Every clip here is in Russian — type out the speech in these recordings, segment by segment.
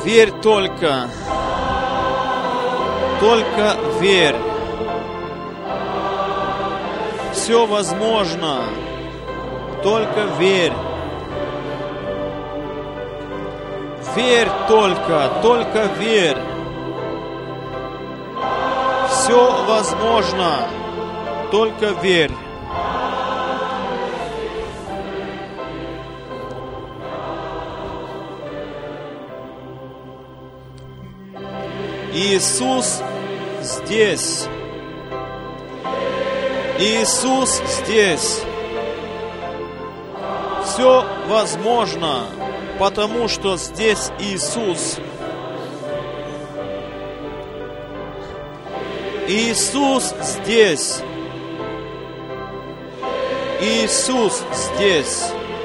Верь только. Только верь. Все возможно. Только верь. Верь только верь. Все возможно. Только верь. Иисус здесь. Иисус здесь. Все возможно, потому что здесь Иисус. Иисус здесь. Иисус здесь.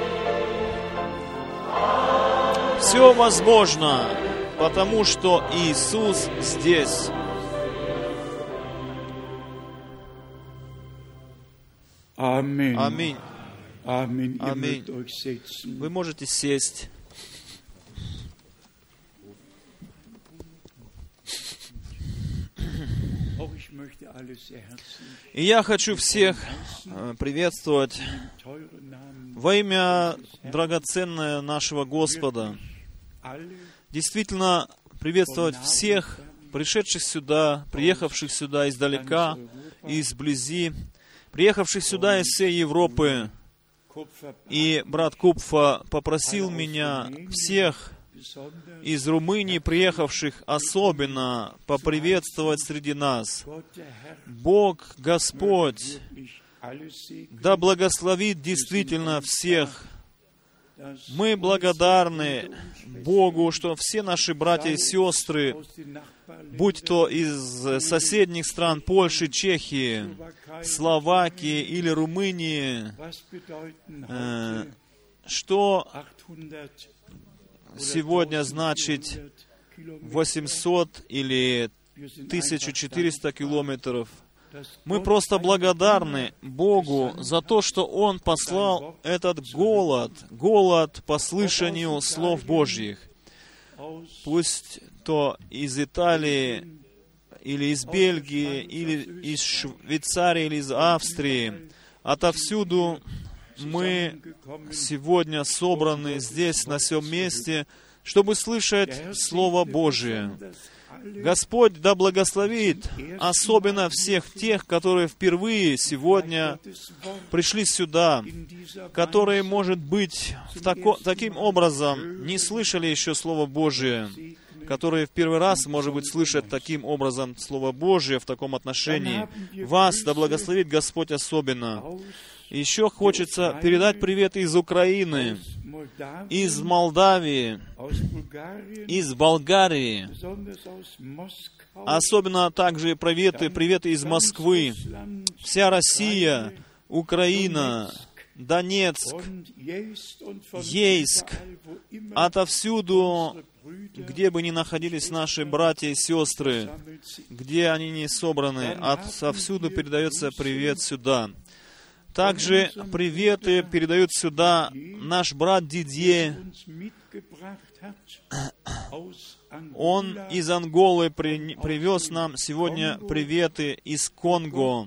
Все возможно, потому что Иисус здесь. Аминь. Аминь. Аминь. Аминь. Вы можете сесть. И я хочу всех приветствовать во имя драгоценное нашего Господа. Действительно, приветствовать всех пришедших сюда, приехавших сюда издалека и изблизи, приехавших сюда из всей Европы. И брат Купфа попросил меня всех из Румынии, приехавших, особенно поприветствовать среди нас. Бог, Господь, да благословит действительно всех. Мы благодарны Богу, что все наши братья и сестры, будь то из соседних стран Польши, Чехии, Словакии или Румынии, что сегодня значит 800 или 1400 километров. Мы просто благодарны Богу за то, что Он послал этот голод по слышанию слов Божьих. Пусть то из Италии, или из Бельгии, или из Швейцарии, или из Австрии, отовсюду мы сегодня собраны здесь, на сём месте, чтобы слышать Слово Божие. Господь да благословит особенно всех тех, которые впервые сегодня пришли сюда, которые, может быть, таким образом не слышали еще Слово Божие, которые в первый раз, может быть, слышат таким образом Слово Божие в таком отношении. Вас да благословит Господь особенно. Еще хочется передать привет из Украины, из Молдавии, из Болгарии, особенно также приветы из Москвы, вся Россия, Украина, Донецк, Ейск, отовсюду, где бы ни находились наши братья и сестры, где они не собраны, отовсюду передается привет сюда. Также приветы передают сюда наш брат Дидье. Он из Анголы привез нам сегодня приветы из Конго,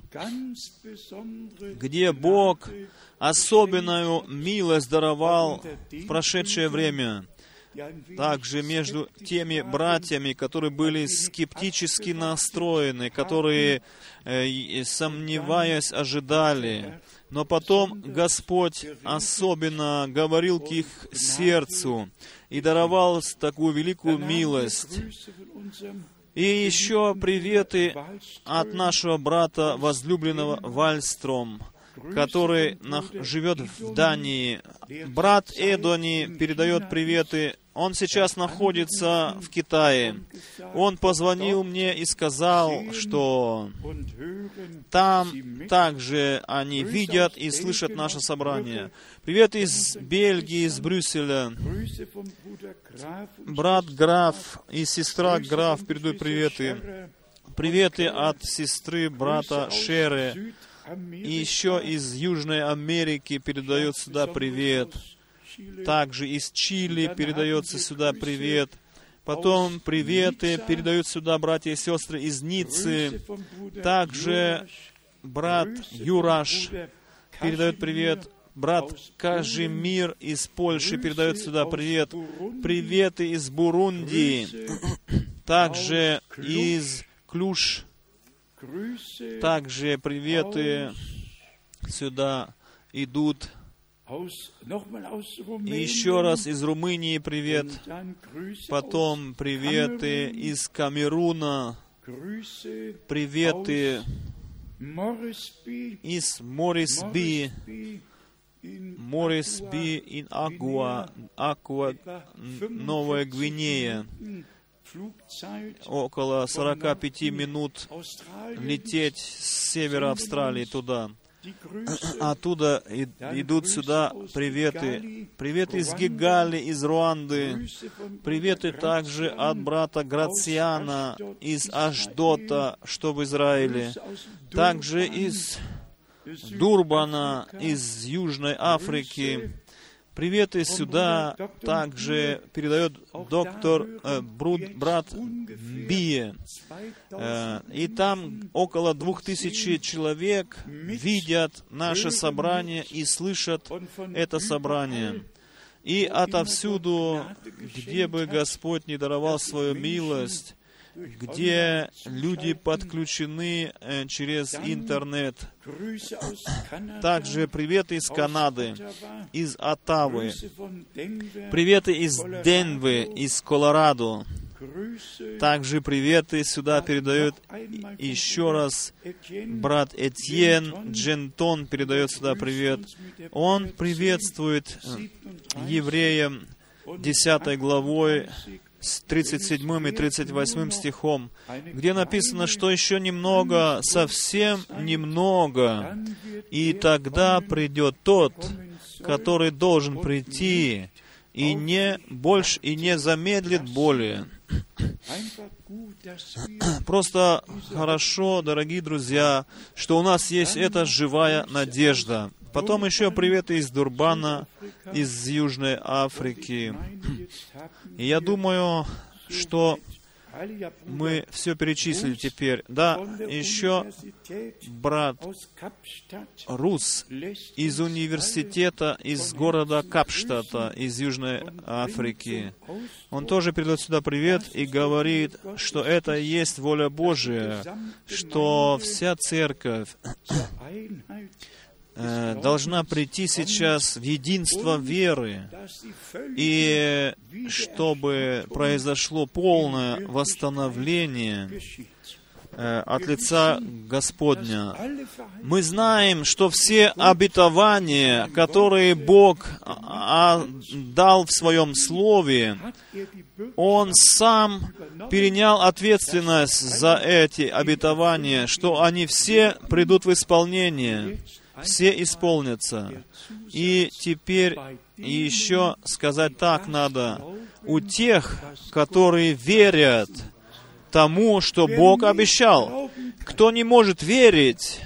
где Бог особенную милость даровал в прошедшее время. Также между теми братьями, которые были скептически настроены, которые, сомневаясь, ожидали. Но потом Господь особенно говорил к их сердцу и даровал такую великую милость. И еще приветы от нашего брата возлюбленного Вальстром, который живет в Дании. Брат Эдони передает приветы. Он сейчас находится в Китае. Он позвонил мне и сказал, что там также они видят и слышат наше собрание. Привет из Бельгии, из Брюсселя. Брат Граф и сестра Граф передают приветы. Приветы от сестры брата Шеры. И еще из Южной Америки передает сюда привет. Также из Чили передается сюда привет. Потом приветы передают сюда братья и сестры из Ниццы. Также брат Юраш передает привет. Брат Кажимир из Польши передает сюда привет. Приветы из Бурунди. Также из Клуш. Также приветы сюда идут. И еще раз из Румынии привет. Потом приветы из Камеруна. Приветы из Морисби. Морисби in Аква, Новая Гвинея. Около 45 минут лететь с севера Австралии туда. Оттуда идут сюда приветы. Приветы из Гигали, из Руанды. Приветы также от брата Грациана из Ашдота, что в Израиле. Также из Дурбана, из Южной Африки. Приветы сюда также передает брат Бие. И там около 2000 человек видят наше собрание и слышат это собрание. И отовсюду, где бы Господь не даровал свою милость, где люди подключены через интернет. Также приветы из Канады, из Оттавы. Приветы из Денвы, из Колорадо. Также приветы сюда передает еще раз брат Этьен Джентон, передает сюда привет. Он приветствует евреям 10 главой, с 37 и 38 стихом, где написано, что еще немного, совсем немного, и тогда придет тот, который должен прийти, и не больше, и не замедлит более. Просто хорошо, дорогие друзья, что у нас есть эта живая надежда. Потом еще приветы из Дурбана, из Южной Африки. И я думаю, что мы все перечислили теперь. Да, еще брат Рус из университета, из города Капштата, из Южной Африки. Он тоже передает сюда привет и говорит, что это и есть воля Божия, что вся церковь должна прийти сейчас в единство веры, и чтобы произошло полное восстановление от лица Господня. Мы знаем, что все обетования, которые Бог дал в Своем Слове, Он Сам перенял ответственность за эти обетования, что они все придут в исполнение. Все исполнятся. И теперь еще сказать так надо. У тех, которые верят тому, что Бог обещал. Кто не может верить,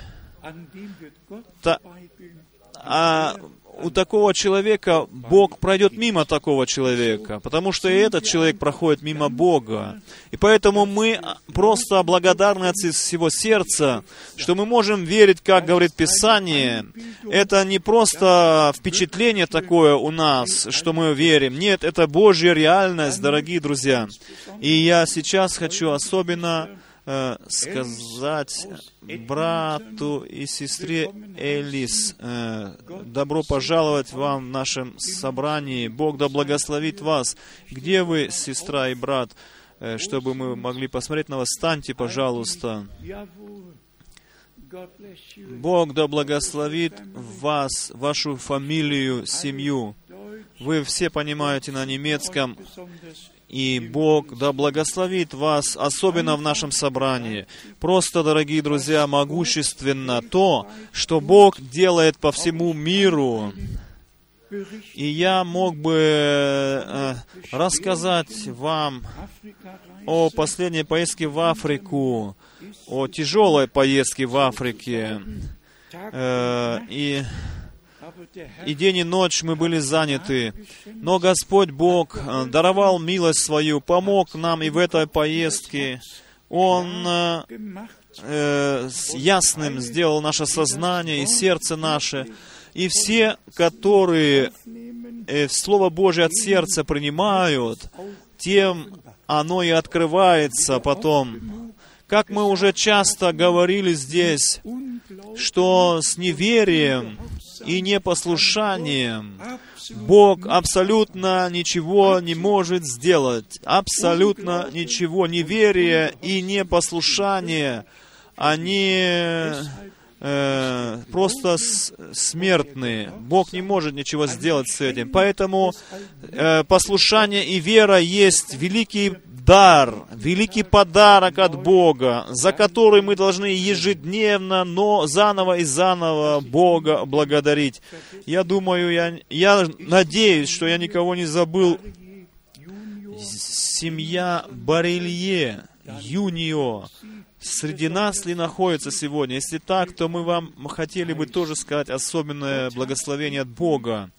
у такого человека Бог пройдет мимо такого человека, потому что и этот человек проходит мимо Бога. И поэтому мы просто благодарны от всего сердца, что мы можем верить, как говорит Писание. Это не просто впечатление такое у нас, что мы верим. Нет, это Божья реальность, дорогие друзья. И я сейчас хочу особенно сказать брату и сестре Элис, добро пожаловать вам в нашем собрании. Бог да благословит вас. Где вы, сестра и брат, чтобы мы могли посмотреть на вас? Встаньте, пожалуйста. Бог да благословит вас, вашу фамилию, семью. Вы все понимаете на немецком. И Бог да благословит вас, особенно в нашем собрании. Просто, дорогие друзья, могущественно то, что Бог делает по всему миру. И я мог бы рассказать вам о последней поездке в Африку, о тяжелой поездке в Африке. И и день и ночь мы были заняты. Но Господь Бог даровал милость свою, помог нам и в этой поездке. Он ясным сделал наше сознание и сердце наше. И все, которые Слово Божие от сердца принимают, тем оно и открывается потом. Как мы уже часто говорили здесь, что с неверием и непослушанием Бог абсолютно ничего не может сделать. Абсолютно ничего. Неверие и непослушание, они просто смертные. Бог не может ничего сделать с этим. Поэтому послушание и вера есть великий дар, великий подарок от Бога, за который мы должны ежедневно, но заново и заново Бога благодарить. Я думаю, я надеюсь, что я никого не забыл. Семья Барелье, Юнио, среди нас ли находится сегодня? Если так, то мы вам хотели бы тоже сказать особенное благословение от Бога.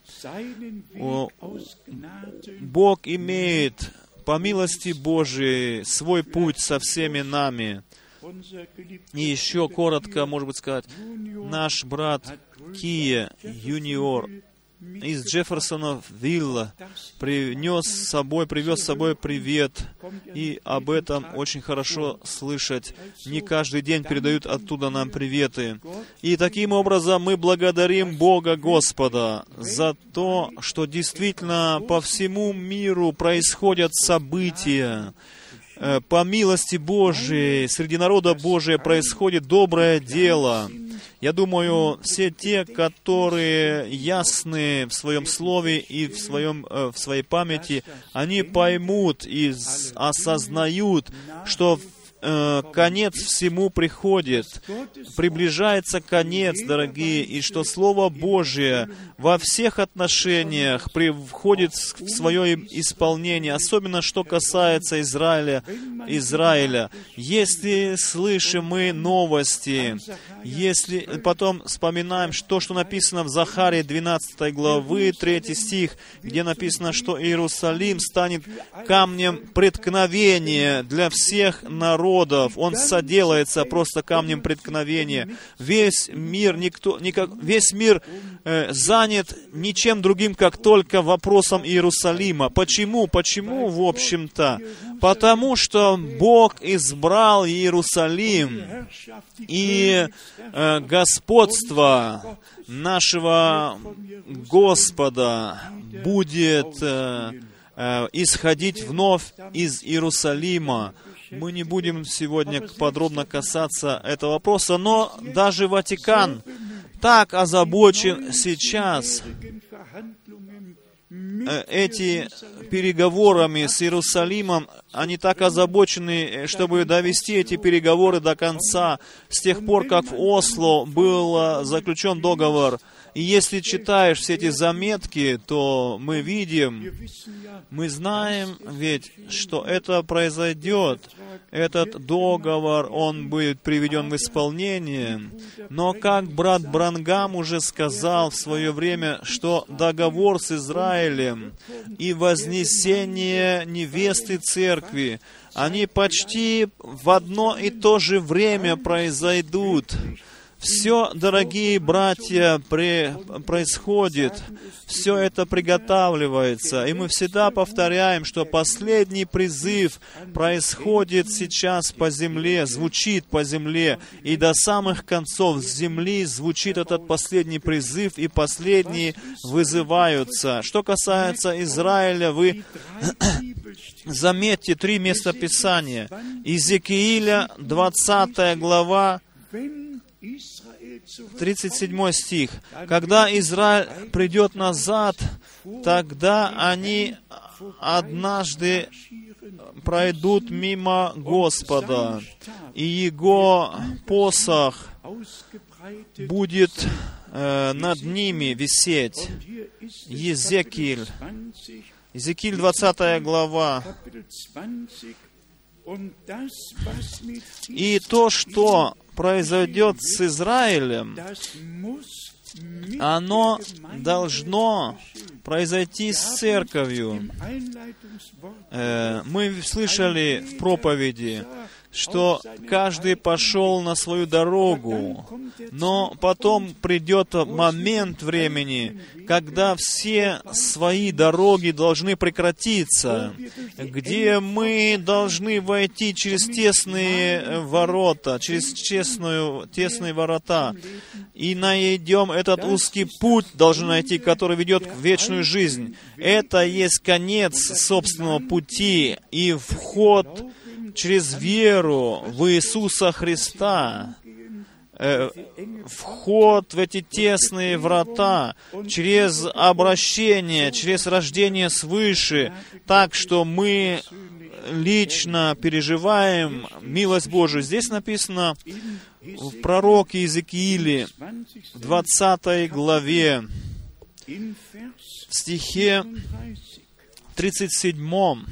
Бог имеет, по милости Божией, свой путь со всеми нами. И еще коротко, может быть, сказать, наш брат Кия Юниор из Джефферсона-Вилла привез с собой привет, и об этом очень хорошо слышать. Не каждый день передают оттуда нам приветы. И таким образом мы благодарим Бога Господа за то, что действительно по всему миру происходят события. По милости Божией, среди народа Божия происходит доброе дело. Я думаю, все те, которые ясны в своем слове и в своей памяти, они поймут и осознают, что конец всему приходит. Приближается конец, дорогие, и что Слово Божие во всех отношениях приходит в свое исполнение, особенно что касается Израиля. Если слышим мы новости, если потом вспоминаем то, что написано в Захарии 12 главы, 3 стих, где написано, что Иерусалим станет камнем преткновения для всех народов. Он соделается просто камнем преткновения. Весь мир занят ничем другим, как только вопросом Иерусалима. Почему? Почему, в общем-то? Потому что Бог избрал Иерусалим, и господство нашего Господа будет исходить вновь из Иерусалима. Мы не будем сегодня подробно касаться этого вопроса, но даже Ватикан так озабочен сейчас эти переговорами с Иерусалимом, они так озабочены, чтобы довести эти переговоры до конца, с тех пор, как в Осло был заключен договор. И если читаешь все эти заметки, то мы видим, мы знаем ведь, что это произойдет. Этот договор, он будет приведен в исполнение. Но как брат Бранхам уже сказал в свое время, что договор с Израилем и вознесение невесты церкви, они почти в одно и то же время произойдут. Все, дорогие братья, происходит, все это приготавливается. И мы всегда повторяем, что последний призыв происходит сейчас по земле, звучит по земле. И до самых концов земли звучит этот последний призыв, и последние вызываются. Что касается Израиля, вы заметьте 3 местописания. Иезекииля, 20 глава, 37 стих. Когда Израиль придет назад, тогда они однажды пройдут мимо Господа, и Его посох будет над ними висеть. Иезекииль, 20 глава. И то, что произойдет с Израилем, оно должно произойти с церковью. Мы слышали в проповеди, что каждый пошел на свою дорогу, но потом придет момент времени, когда все свои дороги должны прекратиться, где мы должны войти через тесные ворота, через тесные ворота, и найдем этот узкий путь, должен найти, который ведет в вечную жизнь. Это есть конец собственного пути и вход через веру в Иисуса Христа, вход в эти тесные врата, через обращение, через рождение свыше, так что мы лично переживаем милость Божию. Здесь написано в пророке Иезекииле, в 20 главе, в стихе 37.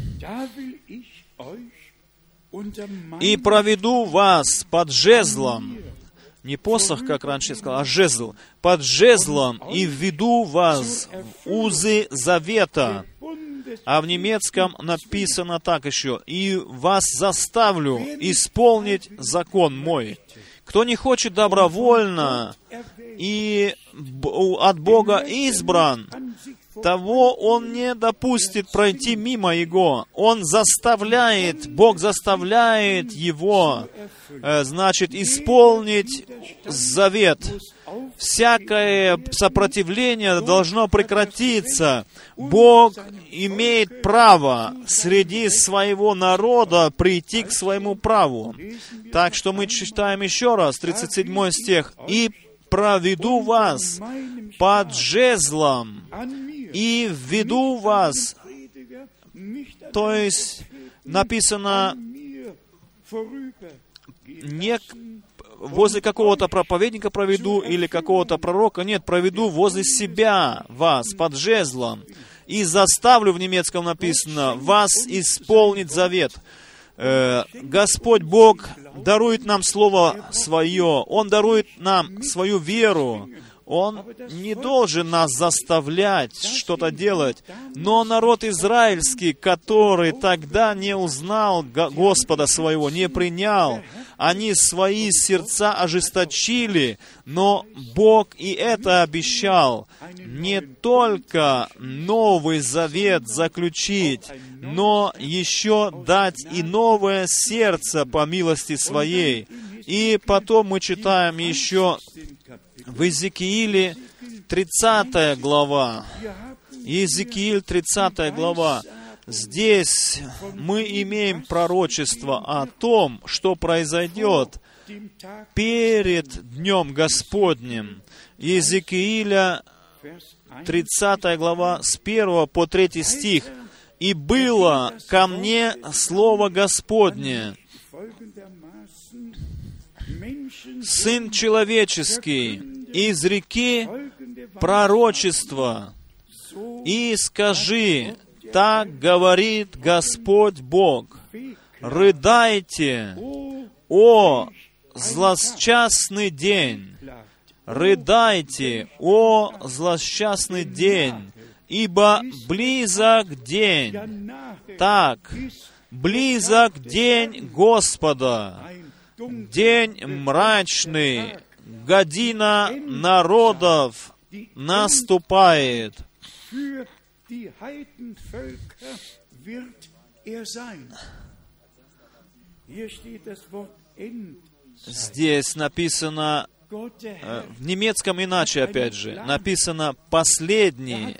«И проведу вас под жезлом», не посох, как раньше я сказал, а жезл, «под жезлом и введу вас в узы завета». А в немецком написано так еще: «И вас заставлю исполнить закон мой». Кто не хочет добровольно и от Бога избран, того Он не допустит пройти мимо Его. Он заставляет, Бог заставляет его, исполнить завет. Всякое сопротивление должно прекратиться. Бог имеет право среди своего народа прийти к своему праву. Так что мы читаем еще раз, 37 стих. «И проведу вас под жезлом, и введу вас». То есть написано не возле какого-то проповедника проведу или какого-то пророка. Нет, проведу возле себя вас под жезлом. И заставлю, в немецком написано, вас исполнить завет. Господь Бог дарует нам Слово Свое. Он дарует нам свою веру. Он не должен нас заставлять что-то делать. Но народ израильский, который тогда не узнал Господа своего, не принял, они свои сердца ожесточили, но Бог и это обещал. Не только Новый Завет заключить, но еще дать и новое сердце по милости Своей. И потом мы читаем еще в Иезекииле 30 глава. Иезекииль 30 глава. Здесь мы имеем пророчество о том, что произойдет перед Днем Господним. Иезекииля 30 глава с 1 по 3 стих. «И было ко мне Слово Господне, Сын человеческий, изреки пророчество, и скажи, так говорит Господь Бог, рыдайте, о злосчастный день, рыдайте, о злосчастный день, ибо близок день, так, близок день Господа, день мрачный, година народов наступает». Здесь написано, в немецком иначе, опять же, написано «последнее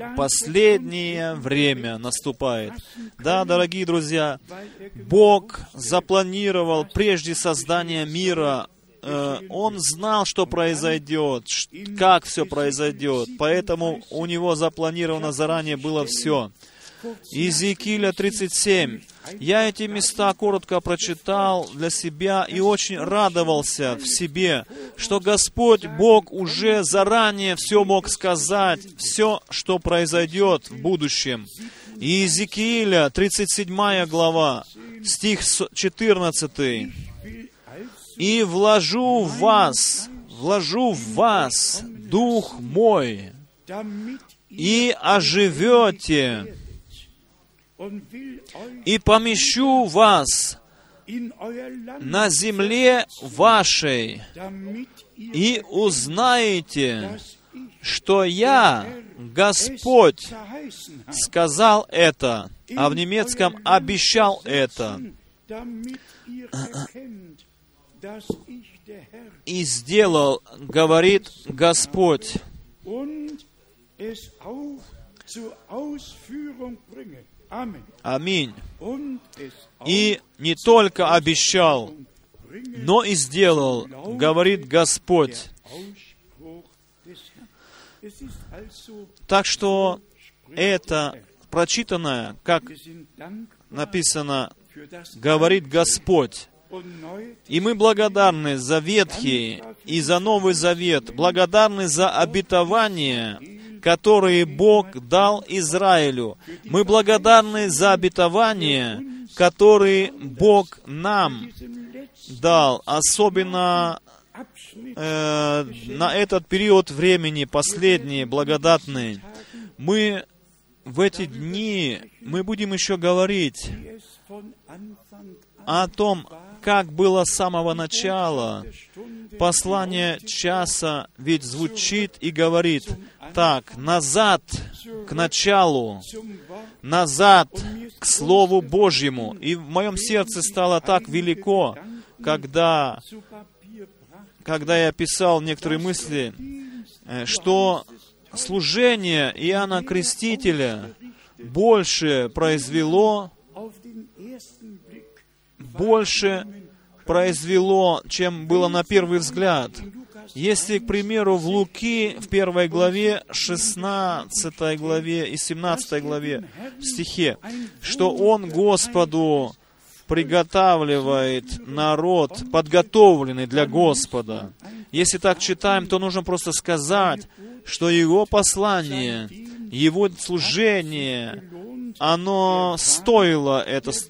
время наступает». Да, дорогие друзья, Бог запланировал прежде создания мира. Он знал, что произойдет, как все произойдет, поэтому у Него запланировано заранее было все. Иезекииля 37. Я эти места коротко прочитал для себя и очень радовался в себе, что Господь Бог уже заранее все мог сказать, все, что произойдет в будущем. Иезекииля 37 глава, стих 14. «И вложу в вас Дух мой, и оживете, и помещу вас на земле вашей, и узнаете, что я, Господь, сказал это, а в немецком обещал это, и сделал, говорит Господь. Аминь. И не только обещал, но и сделал, говорит Господь. Так что это прочитанное, как написано, говорит Господь. И мы благодарны за Ветхий и за Новый Завет, благодарны за обетования, которые Бог дал Израилю. Мы благодарны за обетования, которые Бог нам дал, особенно на этот период времени, последний, благодатный. Мы в эти дни, мы будем еще говорить о том, как было с самого начала. Послание часа ведь звучит и говорит так: назад к началу, назад к Слову Божьему. И в моем сердце стало так велико, когда я писал некоторые мысли, что служение Иоанна Крестителя больше произвело, чем было на первый взгляд. Если, к примеру, в Луки, в 1 главе, 16 главе и 17 главе стихе, что Он Господу приготавливает народ, подготовленный для Господа. Если так читаем, то нужно просто сказать, что Его послание, Его служение, оно стоило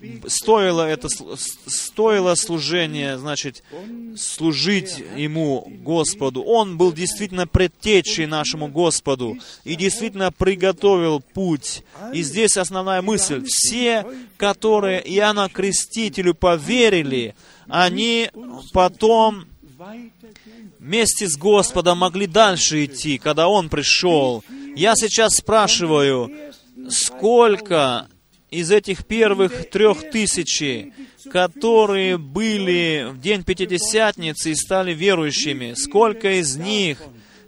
служение, значит, служить Ему, Господу. Он был действительно предтечей нашему Господу и действительно приготовил путь. И здесь основная мысль. Все, которые Иоанну Крестителю поверили, они потом вместе с Господом могли дальше идти, когда Он пришел. Я сейчас спрашиваю, сколько из этих первых 3000, которые были в день Пятидесятницы и стали верующими, сколько из них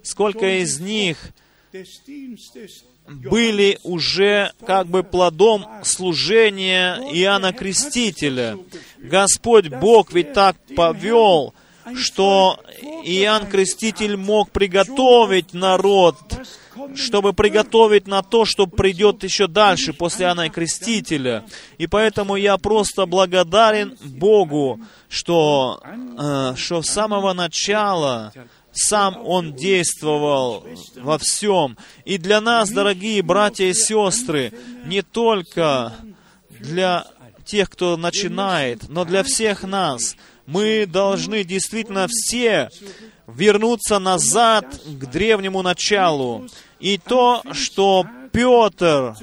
были уже как бы плодом служения Иоанна Крестителя? Господь Бог ведь так повел, что Иоанн Креститель мог приготовить народ, чтобы приготовить на то, что придет еще дальше, после Иоанна Крестителя. И поэтому я просто благодарен Богу, что с самого начала Сам Он действовал во всем. И для нас, дорогие братья и сестры, не только для тех, кто начинает, но для всех нас, мы должны действительно все вернуться назад к древнему началу. И то, что Петр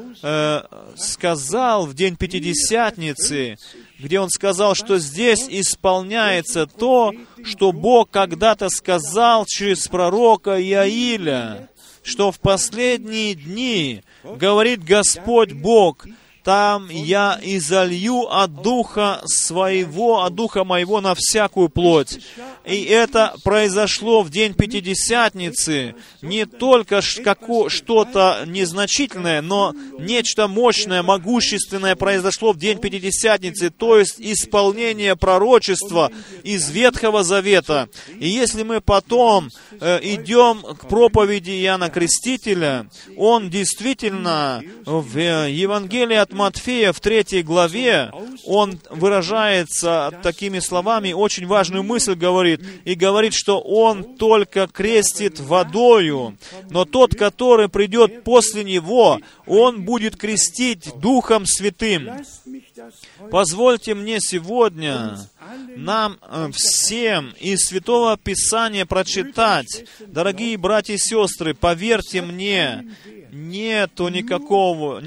сказал в день Пятидесятницы, где он сказал, что здесь исполняется то, что Бог когда-то сказал через пророка Иаиля, что в последние дни, говорит Господь Бог, там я изолью от Духа Своего, от Духа Моего на всякую плоть. И это произошло в день Пятидесятницы. Не только что-то незначительное, но нечто мощное, могущественное произошло в день Пятидесятницы, то есть исполнение пророчества из Ветхого Завета. И если мы потом идем к проповеди Иоанна Крестителя, он действительно в Евангелии от Матфея в 3 главе, он выражается такими словами, очень важную мысль говорит, и говорит, что он только крестит водою, но тот, который придет после него, он будет крестить Духом Святым. Позвольте мне сегодня нам всем из Святого Писания прочитать. Дорогие братья и сестры, поверьте мне, нету никакого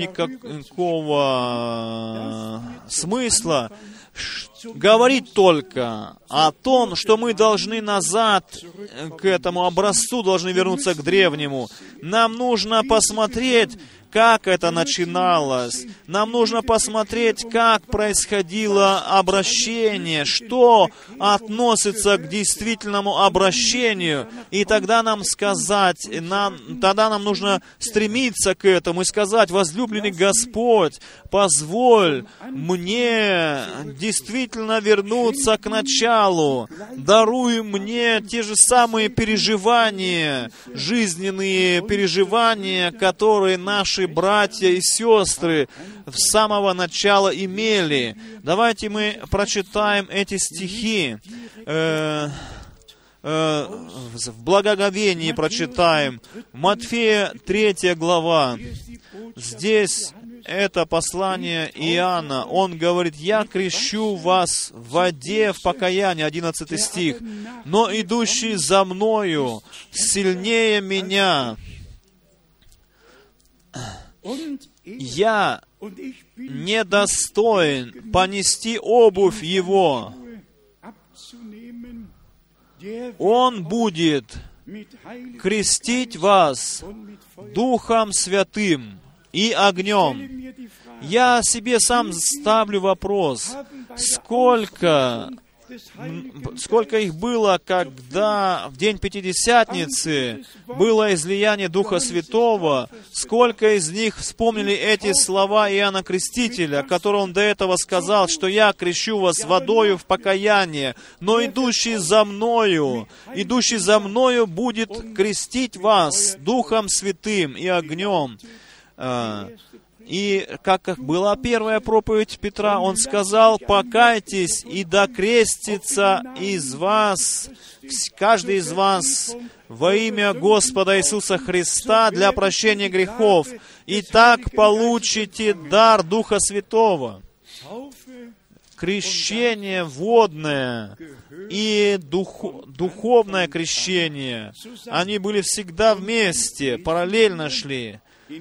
смысла говорить только о том, что мы должны назад к этому образцу, должны вернуться к древнему. Нам нужно посмотреть, как это начиналось. Нам нужно посмотреть, как происходило обращение, что относится к действительному обращению. И тогда нам сказать, тогда нам нужно стремиться к этому и сказать: возлюбленный Господь, позволь мне действительно вернуться к началу. Даруй мне те же самые переживания, жизненные переживания, которые наши братья и сестры с самого начала имели. Давайте мы прочитаем эти стихи. В благоговении прочитаем. Матфея 3 глава. Здесь это послание Иоанна. Он говорит: «Я крещу вас в воде в покаянии», 11 стих. «Но идущий за мною сильнее меня. Я недостоин понести обувь его. Он будет крестить вас Духом Святым и огнем». Я себе сам ставлю вопрос, сколько их было, когда в день Пятидесятницы было излияние Духа Святого, сколько из них вспомнили эти слова Иоанна Крестителя, которые он до этого сказал, что «Я крещу вас водою в покаяние, но идущий за мною будет крестить вас Духом Святым и огнем». И как была первая проповедь Петра, он сказал: «Покайтесь, и да крестится из вас, каждый из вас, во имя Господа Иисуса Христа для прощения грехов, и так получите дар Духа Святого». Крещение водное и духовное крещение, они были всегда вместе, параллельно шли.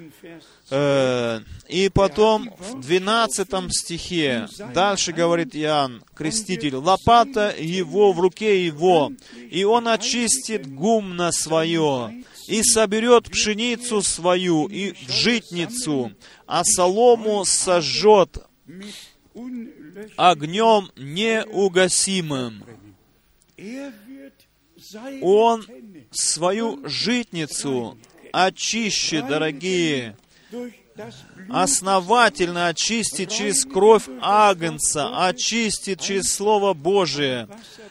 И потом в 12 стихе дальше говорит Иоанн Креститель: «Лопата его в руке его, и он очистит гумно свое, и соберет пшеницу свою и в житницу, а солому сожжет огнем неугасимым». Он свою житницу очищет, дорогие, основательно очистит через кровь Агнца, очистит через Слово Божие.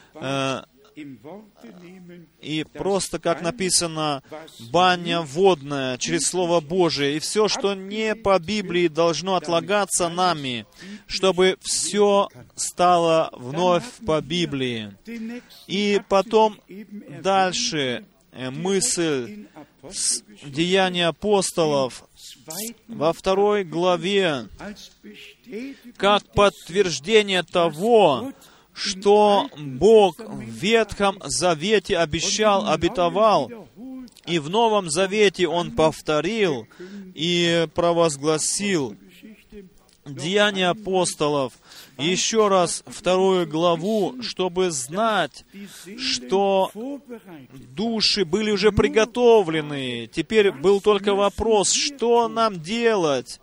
И просто, как написано, баня водная через Слово Божие. И все, что не по Библии, должно отлагаться нами, чтобы все стало вновь по Библии. И потом дальше мысль Деяния апостолов во 2 главе, как подтверждение того, что Бог в Ветхом Завете обетовал, и в Новом Завете Он повторил и провозгласил. Деяния апостолов, еще раз 2 главу, чтобы знать, что души были уже приготовлены. Теперь был только вопрос, что нам делать.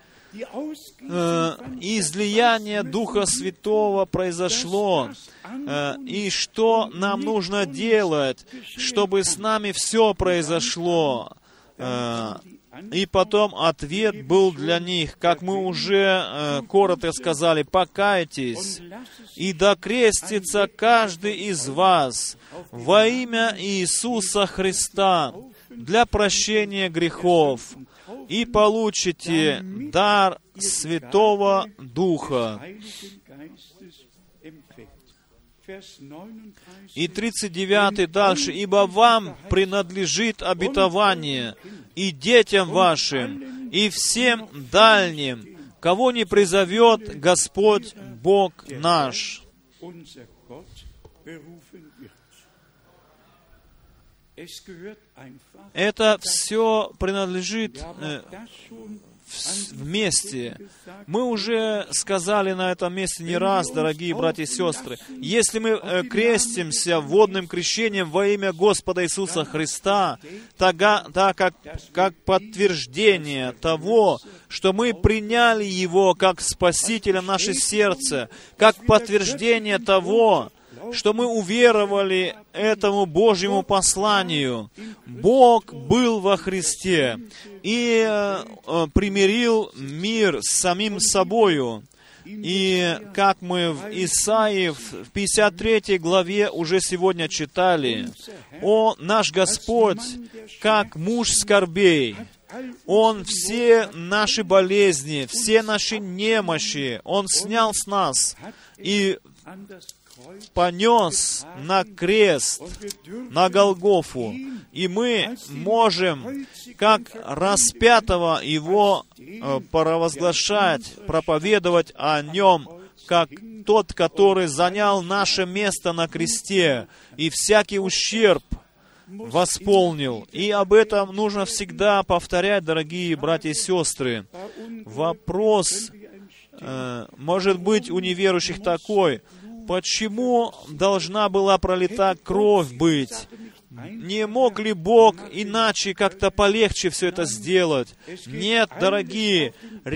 Излияние Духа Святого произошло. И что нам нужно делать, чтобы с нами все произошло. И потом ответ был для них, как мы уже коротко сказали: «Покайтесь, и да крестится каждый из вас во имя Иисуса Христа для прощения грехов». и получите дар Святого Духа». И 39 дальше. «Ибо вам принадлежит обетование, и детям вашим, и всем дальним, кого не призовет Господь Бог наш». Это все принадлежит вместе. Мы уже сказали на этом месте не раз, дорогие братья и сестры, если мы крестимся водным крещением во имя Господа Иисуса Христа, тогда как подтверждение того, что мы приняли Его как Спасителя в наше сердце, как подтверждение того, что мы уверовали этому Божьему посланию. Бог был во Христе и примирил мир с самим собою. И как мы в Исаии в 53 главе уже сегодня читали, наш Господь, как муж скорбей, Он все наши болезни, все наши немощи, Он снял с нас и понес на крест, на Голгофу. И мы можем, как распятого Его, провозглашать, проповедовать о Нем, как тот, который занял наше место на кресте, и всякий ущерб восполнил. И об этом нужно всегда повторять, дорогие братья и сестры. Вопрос, может быть, у неверующих такой: почему должна была пролита кровь быть? Не мог ли Бог иначе как-то полегче все это сделать? Нет, дорогие,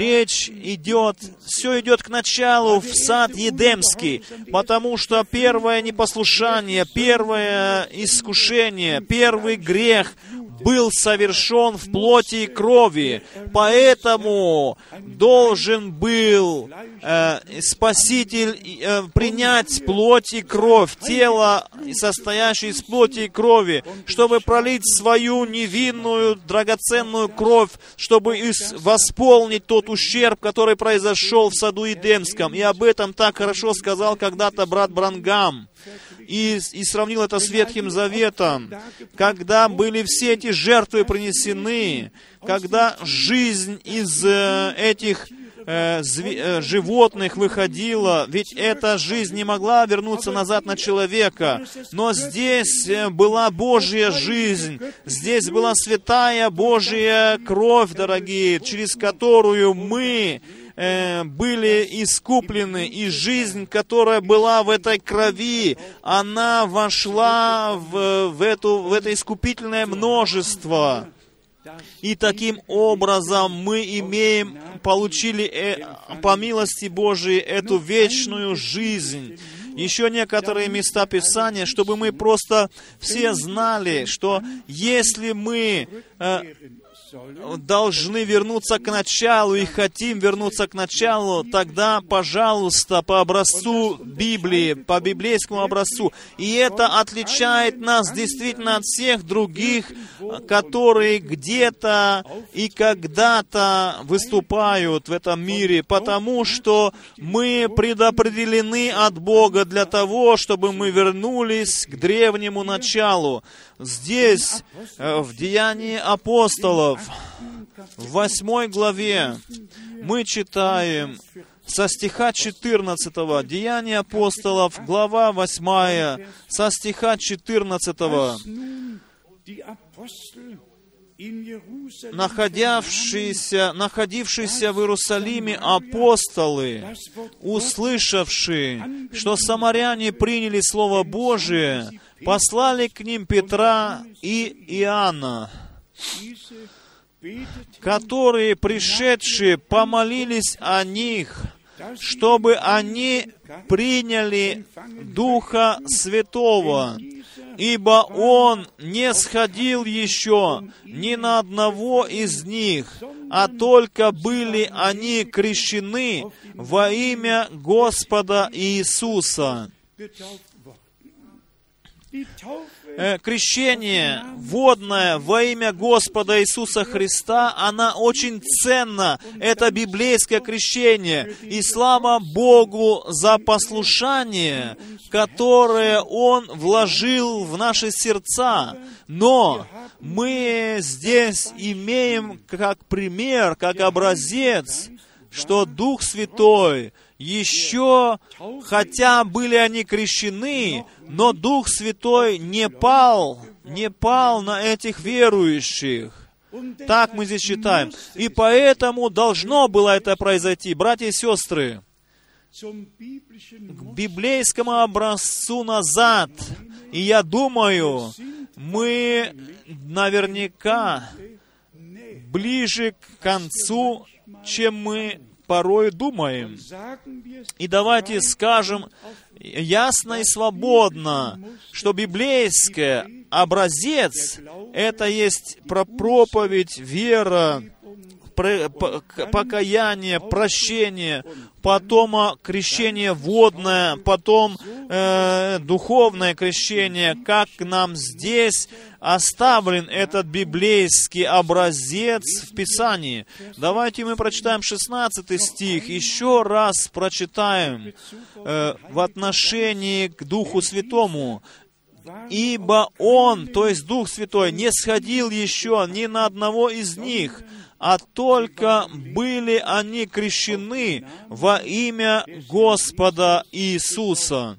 все идет к началу в сад Едемский, потому что первое непослушание, первое искушение, первый грех был совершен в плоти и крови. Поэтому должен был Спаситель принять плоть и кровь, тело, состоящее из плоти и крови, чтобы пролить свою невинную, драгоценную кровь, чтобы восполнить тот ущерб, который произошел в саду Едемском. И об этом так хорошо сказал когда-то брат Бранхам. И сравнил это с Ветхим Заветом, когда были все эти жертвы принесены, когда жизнь из этих животных выходила, ведь эта жизнь не могла вернуться назад на человека. Но здесь была Божья жизнь, здесь была святая Божья кровь, дорогие, через которую мы были искуплены, и жизнь, которая была в этой крови, она вошла в это искупительное множество. И таким образом мы получили по милости Божией эту вечную жизнь. Еще некоторые места Писания, чтобы мы просто все знали, что если мы должны вернуться к началу и хотим вернуться к началу, тогда, пожалуйста, по образцу Библии, по библейскому образцу. И это отличает нас действительно от всех других, которые где-то и когда-то выступают в этом мире, потому что мы предопределены от Бога для того, чтобы мы вернулись к древнему началу. Здесь, в Деянии апостолов, в 8 главе, мы читаем со стиха 14, Деяния апостолов, глава 8, со стиха 14. Находившиеся в Иерусалиме апостолы, услышавшие, что самаряне приняли Слово Божие, послали к ним Петра и Иоанна, которые, пришедшие, помолились о них, чтобы они приняли Духа Святого, ибо Он не сходил еще ни на одного из них, а только были они крещены во имя Господа Иисуса. крещение водное во имя Господа Иисуса Христа, она очень ценна. Это библейское крещение. И слава Богу за послушание, которое Он вложил в наши сердца. Но мы здесь имеем как пример, как образец, что Дух Святой еще, хотя были они крещены, но Дух Святой не пал на этих верующих. Так мы здесь читаем. И поэтому должно было это произойти. Братья и сестры, к библейскому образцу назад. И я думаю, мы наверняка ближе к концу, чем мы порой думаем. И давайте скажем ясно и свободно, что библейский образец — это есть проповедь, вера, покаяние, прощение, потом крещение водное, потом духовное крещение, как нам здесь оставлен этот библейский образец в Писании. Давайте мы прочитаем 16 стих, еще раз прочитаем в отношении к Духу Святому. «Ибо Он, то есть Дух Святой, не сходил еще ни на одного из них, а только были они крещены во имя Господа Иисуса».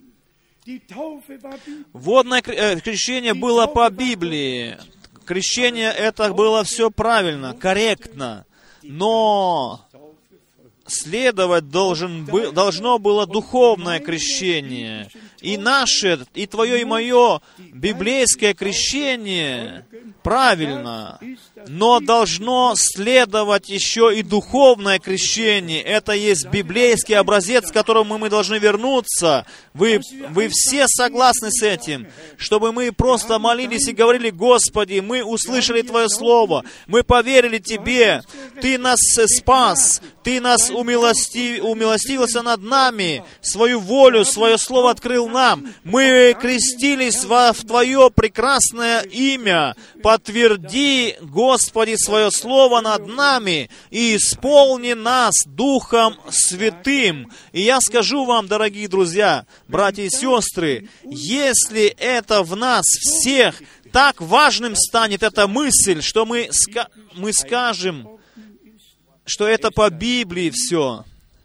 Водное крещение было по Библии. Крещение это было все правильно, корректно. Но следовать должно было духовное крещение. И наше, и твое, и мое библейское крещение правильно, но должно следовать еще и духовное крещение. Это есть библейский образец, к которому мы должны вернуться. Вы все согласны с этим? Чтобы мы просто молились и говорили: Господи, мы услышали Твое Слово, мы поверили Тебе, Ты нас спас, Ты нас умилостивился над нами, свою волю, свое Слово открыл нам. Мы крестились в Твое прекрасное имя. Подтверди, Господи, свое Слово над нами и исполни нас Духом Святым. И я скажу вам, дорогие друзья, братья и сестры, если это в нас всех так важным станет эта мысль, что мы скажем, что это по Библии все,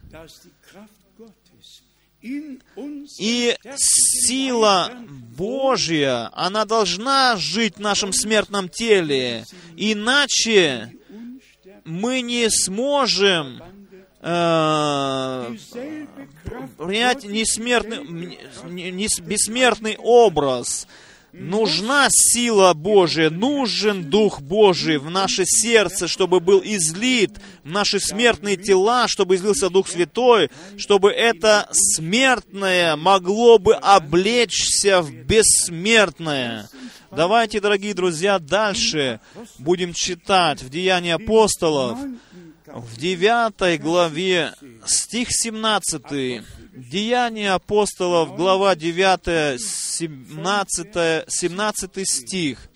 и сила Божья, она должна жить в нашем смертном теле, иначе мы не сможем принять бессмертный образ. Нужна сила Божия, нужен Дух Божий в наше сердце, чтобы был излит в наши смертные тела, чтобы излился Дух Святой, чтобы это смертное могло бы облечься в бессмертное. Давайте, дорогие друзья, дальше будем читать в Деянии апостолов, в 9 главе, стих 17. Деяния апостолов, глава 9, 17 стих.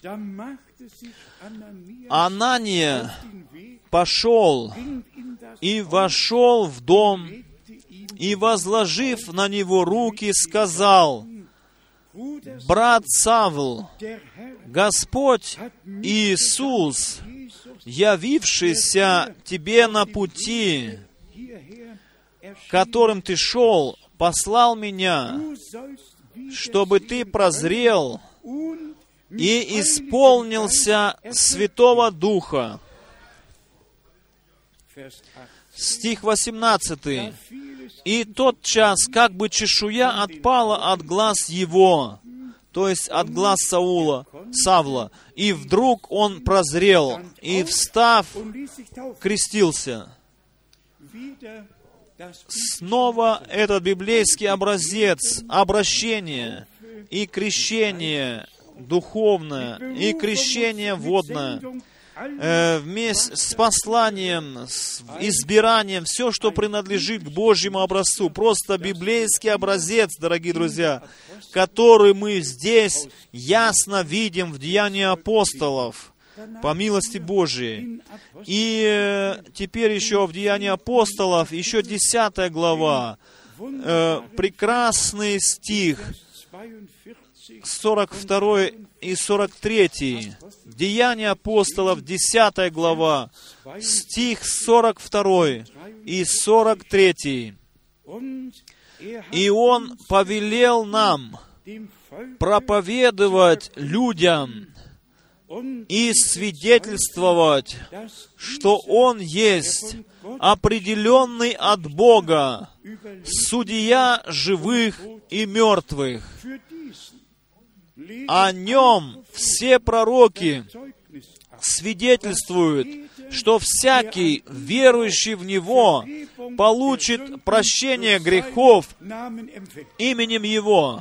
Анания пошел и вошел в дом, и, возложив на него руки, сказал: «Брат Савл, Господь Иисус, явившийся тебе на пути, которым ты шел, послал меня, чтобы ты прозрел и исполнился Святого Духа». Стих 18. «И тотчас, как бы чешуя отпала от глаз его», то есть от глаз Савла, «и вдруг он прозрел, и, встав, крестился». Снова этот библейский образец обращения и крещение духовное, и крещение водное. вместе с посланием, с избиранием, все, что принадлежит к Божьему образцу. Просто библейский образец, дорогие друзья, который мы здесь ясно видим в Деянии апостолов, по милости Божией. И теперь еще в Деянии апостолов, еще 10 глава, прекрасный стих, 42 и 43. Деяния апостолов, 10 глава, стих 42 и 43. «И Он повелел нам проповедовать людям и свидетельствовать, что Он есть определенный от Бога, судья живых и мертвых. О Нем все пророки свидетельствуют, что всякий, верующий в Него, получит прощение грехов именем Его».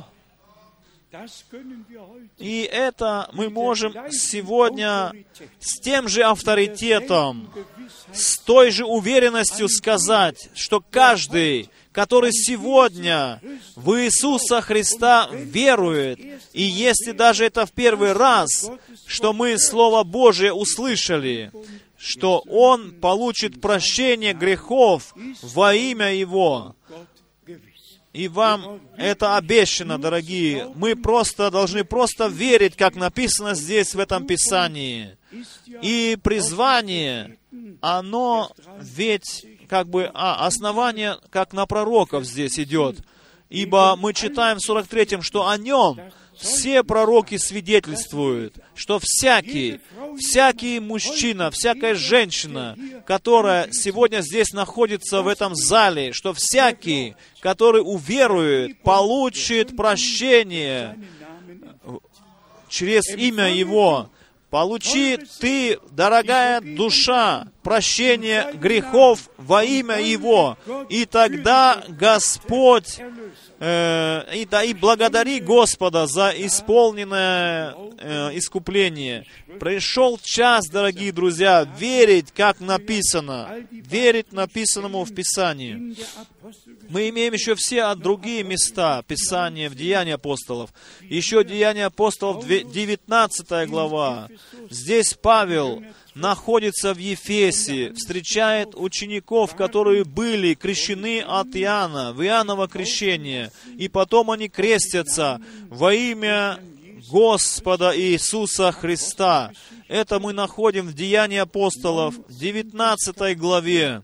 И это мы можем сегодня с тем же авторитетом, с той же уверенностью сказать, что каждый, который сегодня в Иисуса Христа верует, и если даже это в первый раз, что мы Слово Божие услышали, что он получит прощение грехов во имя Его. И вам это обещано, дорогие. Мы должны верить, как написано здесь, в этом Писании. И призвание, оно ведь основание, как на пророков здесь идет. Ибо мы читаем в 43-м, что о Нем все пророки свидетельствуют, что всякий мужчина, всякая женщина, которая сегодня здесь находится в этом зале, что всякий, который уверует, получит прощение через имя Его. Получи ты, дорогая душа, прощение грехов во имя Его, и тогда Господь, и благодари Господа за исполненное искупление. Пришел час, дорогие друзья, верить, как написано, верить написанному в Писании. Мы имеем еще все другие места Писания в Деянии апостолов. Еще Деяния апостолов, 19 глава. Здесь Павел находится в Ефесе, встречает учеников, которые были крещены от Иоанна, в Иоанново крещение, и потом они крестятся во имя Господа Иисуса Христа. Это мы находим в Деянии апостолов, 19 главе,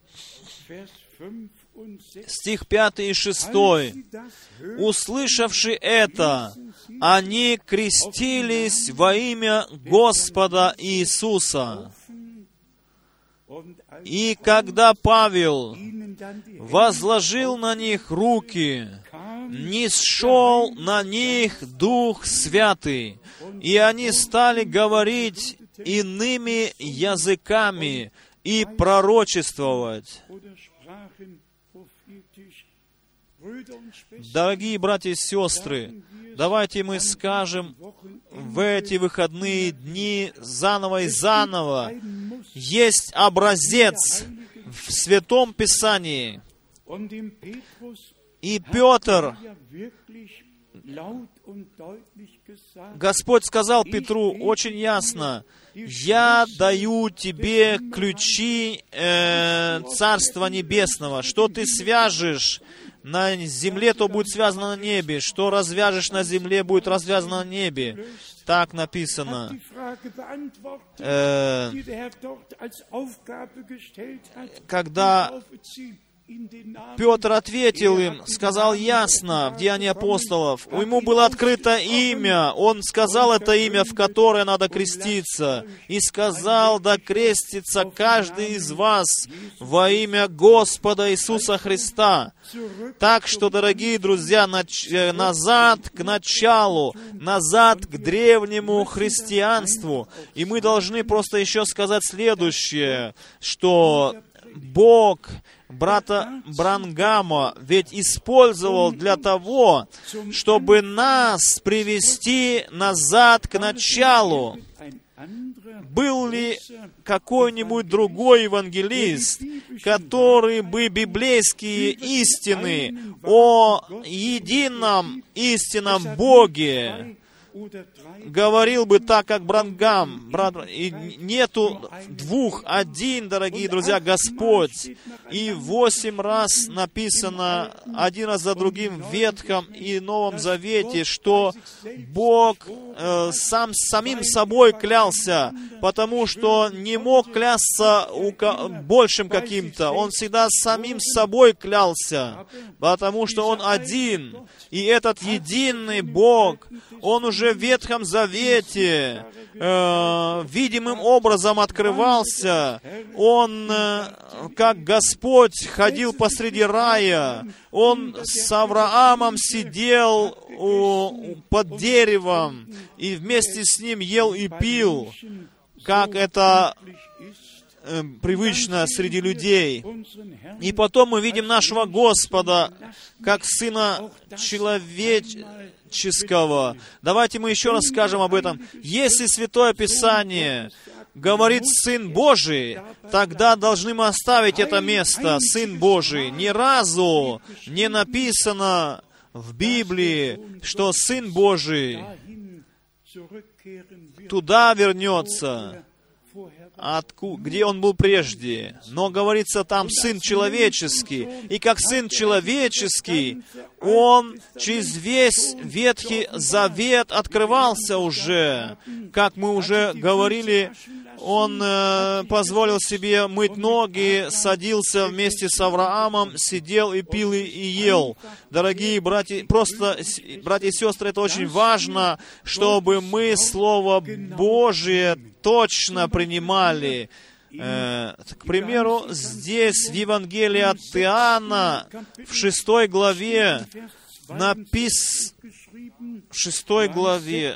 стих 5 и 6. «Услышавши это, они крестились во имя Господа Иисуса. И когда Павел возложил на них руки, нисшел на них Дух Святый, и они стали говорить иными языками и пророчествовать». Дорогие братья и сестры, давайте мы скажем в эти выходные дни заново и заново: есть образец в Святом Писании. И Петр, Господь сказал Петру очень ясно: «Я даю тебе ключи Царства Небесного. Что ты свяжешь на земле, то будет связано на небе. Что развяжешь на земле, будет развязано на небе». Так написано. Когда Петр ответил им, сказал ясно в Деянии апостолов, ему было открыто имя, он сказал это имя, в которое надо креститься, и сказал: «Да крестится каждый из вас во имя Господа Иисуса Христа». Так что, дорогие друзья, назад к началу, назад к древнему христианству. И мы должны просто еще сказать следующее, что Бог брата Бранхама ведь использовал для того, чтобы нас привести назад к началу. был ли какой-нибудь другой евангелист, который бы библейские истины о едином истинном Боге говорил бы так, как Бранхам. И нету двух, один, дорогие друзья, Господь. И 8 раз написано, один раз за другим, в Ветхом и Новом Завете, что Бог самим собой клялся, потому что не мог клясться большим каким-то. Он всегда самим собой клялся, потому что Он один. И этот единый Бог, Он уже в Ветхом Завете видимым образом открывался. Он, как Господь, ходил посреди рая. Он с Авраамом сидел под деревом и вместе с ним ел и пил, как это привычно среди людей. И потом мы видим нашего Господа как Сына Человеческого. Давайте мы еще раз скажем об этом. Если Святое Писание говорит «Сын Божий», тогда должны мы оставить это место «Сын Божий». Ни разу не написано в Библии, что Сын Божий туда вернется, где Он был прежде. Но говорится там «Сын человеческий». И как Сын человеческий, Он через весь Ветхий Завет открывался уже. Как мы уже говорили, Он позволил себе мыть ноги, садился вместе с Авраамом, сидел и пил и ел. Дорогие братья, братья и сестры, это очень важно, чтобы мы Слово Божие точно принимали. К примеру, здесь в Евангелии от Иоанна, в 6 главе, в 6 главе,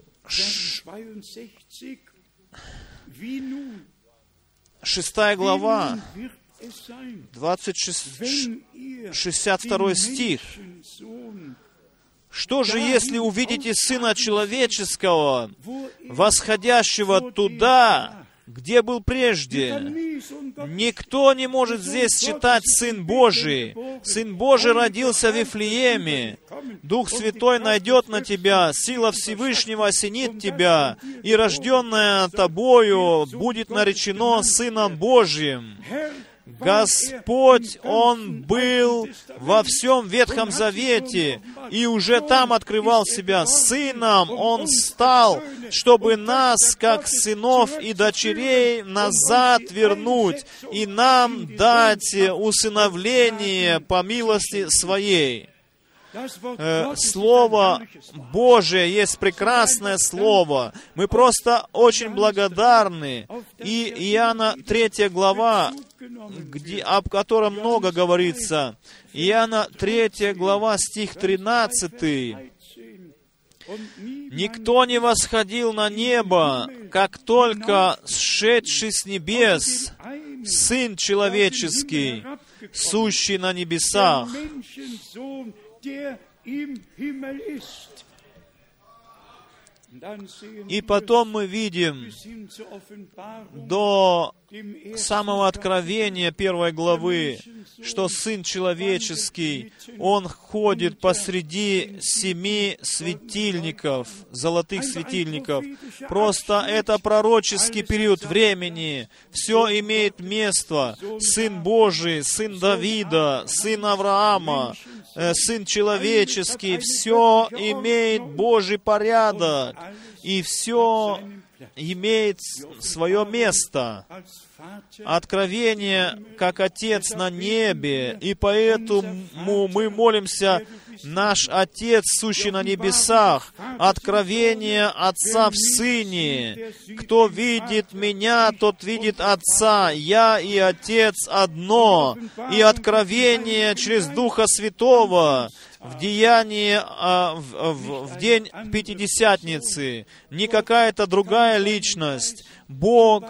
6 глава, 62 стих. «Что же, если увидите Сына Человеческого, восходящего туда, где был прежде? Никто не может здесь считать Сын Божий. Сын Божий родился в Вифлееме. Дух Святой найдет на тебя, сила Всевышнего осенит тебя, и рожденное тобою будет наречено Сыном Божьим». Господь, Он был во всем Ветхом Завете, и уже там открывал себя. Сыном Он стал, чтобы нас, как сынов и дочерей, назад вернуть и нам дать усыновление по милости Своей. Слово Божие есть прекрасное Слово. Мы просто очень благодарны. И Иоанна 3 глава, об котором много говорится. Иоанна 3 глава, стих 13. «Никто не восходил на небо, как только сшедший с небес Сын Человеческий, сущий на небесах». И потом мы видим до самого откровения 1 главы, что Сын Человеческий, Он ходит посреди 7 светильников, золотых светильников. Просто это пророческий период времени. Все имеет место. Сын Божий, Сын Давида, Сын Авраама, Сын Человеческий. Все имеет Божий порядок. И все имеет свое место. Откровение, как Отец на небе, и поэтому мы молимся, наш Отец, сущий на небесах, откровение Отца в Сыне. Кто видит Меня, тот видит Отца. Я и Отец одно. И откровение через Духа Святого в деянии, в день Пятидесятницы. Не какая-то другая личность. Бог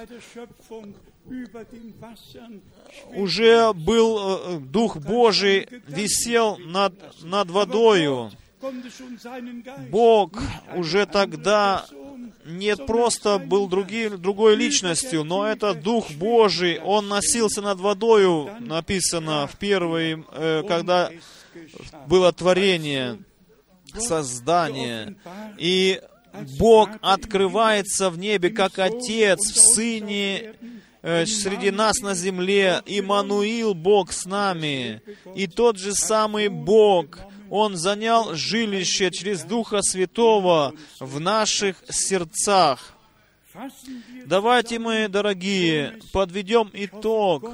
уже был, Дух Божий висел над водою. Бог уже тогда не просто был другой личностью, но это Дух Божий. Он носился над водою, написано в первой, когда было творение, создание. И Бог открывается в небе, как Отец в Сыне, среди нас на земле. Иммануил, Бог с нами. И тот же самый Бог, Он занял жилище через Духа Святого в наших сердцах. Давайте мы, дорогие, подведем итог,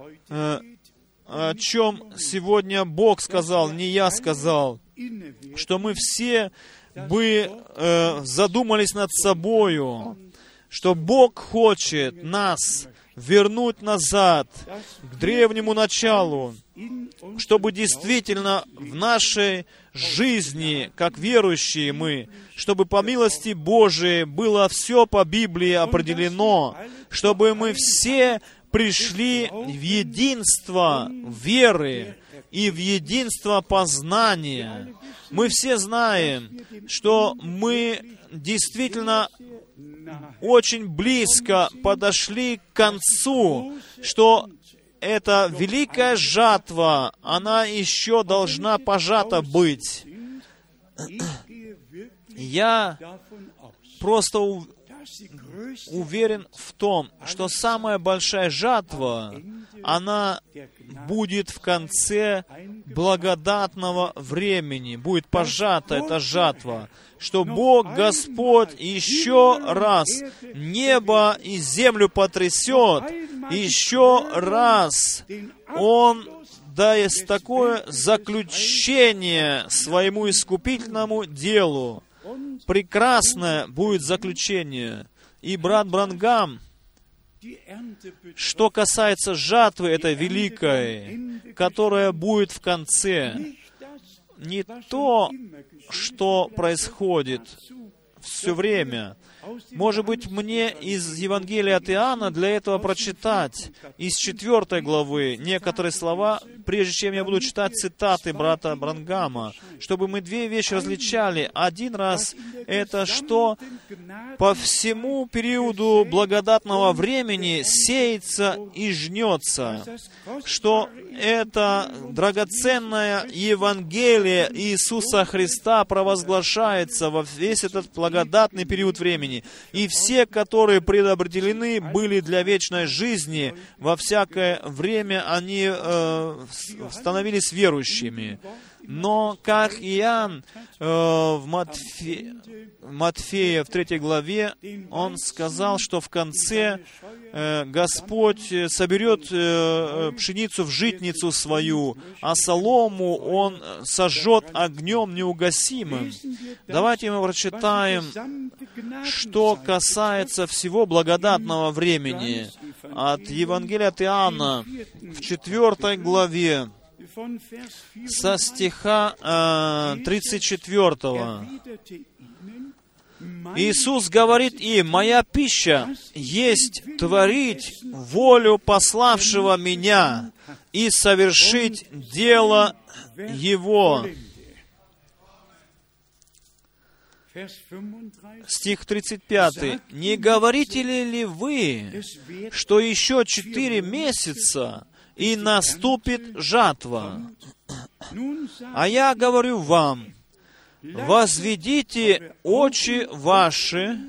о чем сегодня Бог сказал, не я сказал, что мы все бы задумались над собою, что Бог хочет нас вернуть назад к древнему началу, чтобы действительно в нашей жизни, как верующие мы, чтобы по милости Божией было все по Библии определено, чтобы мы все пришли в единство веры и в единство познания. Мы все знаем, что мы действительно очень близко подошли к концу, что эта великая жатва, она еще должна пожата быть. Я просто уверен в том, что самая большая жатва, она будет в конце благодатного времени, будет пожата эта жатва, что Бог Господь еще раз небо и землю потрясет, еще раз Он даст такое заключение своему искупительному делу. Прекрасное будет заключение. И брат Бранхам, что касается жатвы этой великой, которая будет в конце, не то, что происходит все время. Может быть, мне из Евангелия от Иоанна для этого прочитать из 4 главы некоторые слова, прежде чем я буду читать цитаты брата Бранхама, чтобы мы две вещи различали. Один раз это, что по всему периоду благодатного времени сеется и жнется, что это драгоценное Евангелие Иисуса Христа провозглашается во весь этот благодатный период времени. И все, которые предопределены были для вечной жизни, во всякое время они становились верующими. Но, как Иоанн в Матфея в 3 главе, он сказал, что в конце Господь соберет пшеницу в житницу свою, а солому Он сожжет огнем неугасимым. Давайте мы прочитаем, что касается всего благодатного времени. От Евангелия от Иоанна в 4 главе, со стиха 34. Иисус говорит им: «Моя пища есть творить волю пославшего Меня и совершить дело Его». Стих 35. «Не говорите ли вы, что еще 4 месяца, и наступит жатва? А я говорю вам, возведите очи ваши,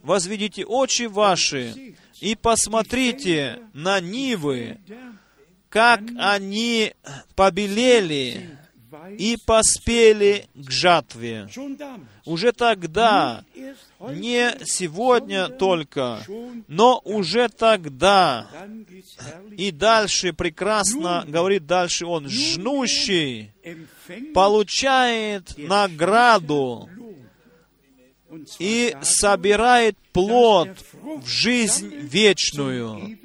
и посмотрите на нивы, как они побелели и поспели к жатве». Уже тогда, не сегодня только, но уже тогда. И дальше прекрасно говорит дальше он: «Жнущий получает награду и собирает плод в жизнь вечную».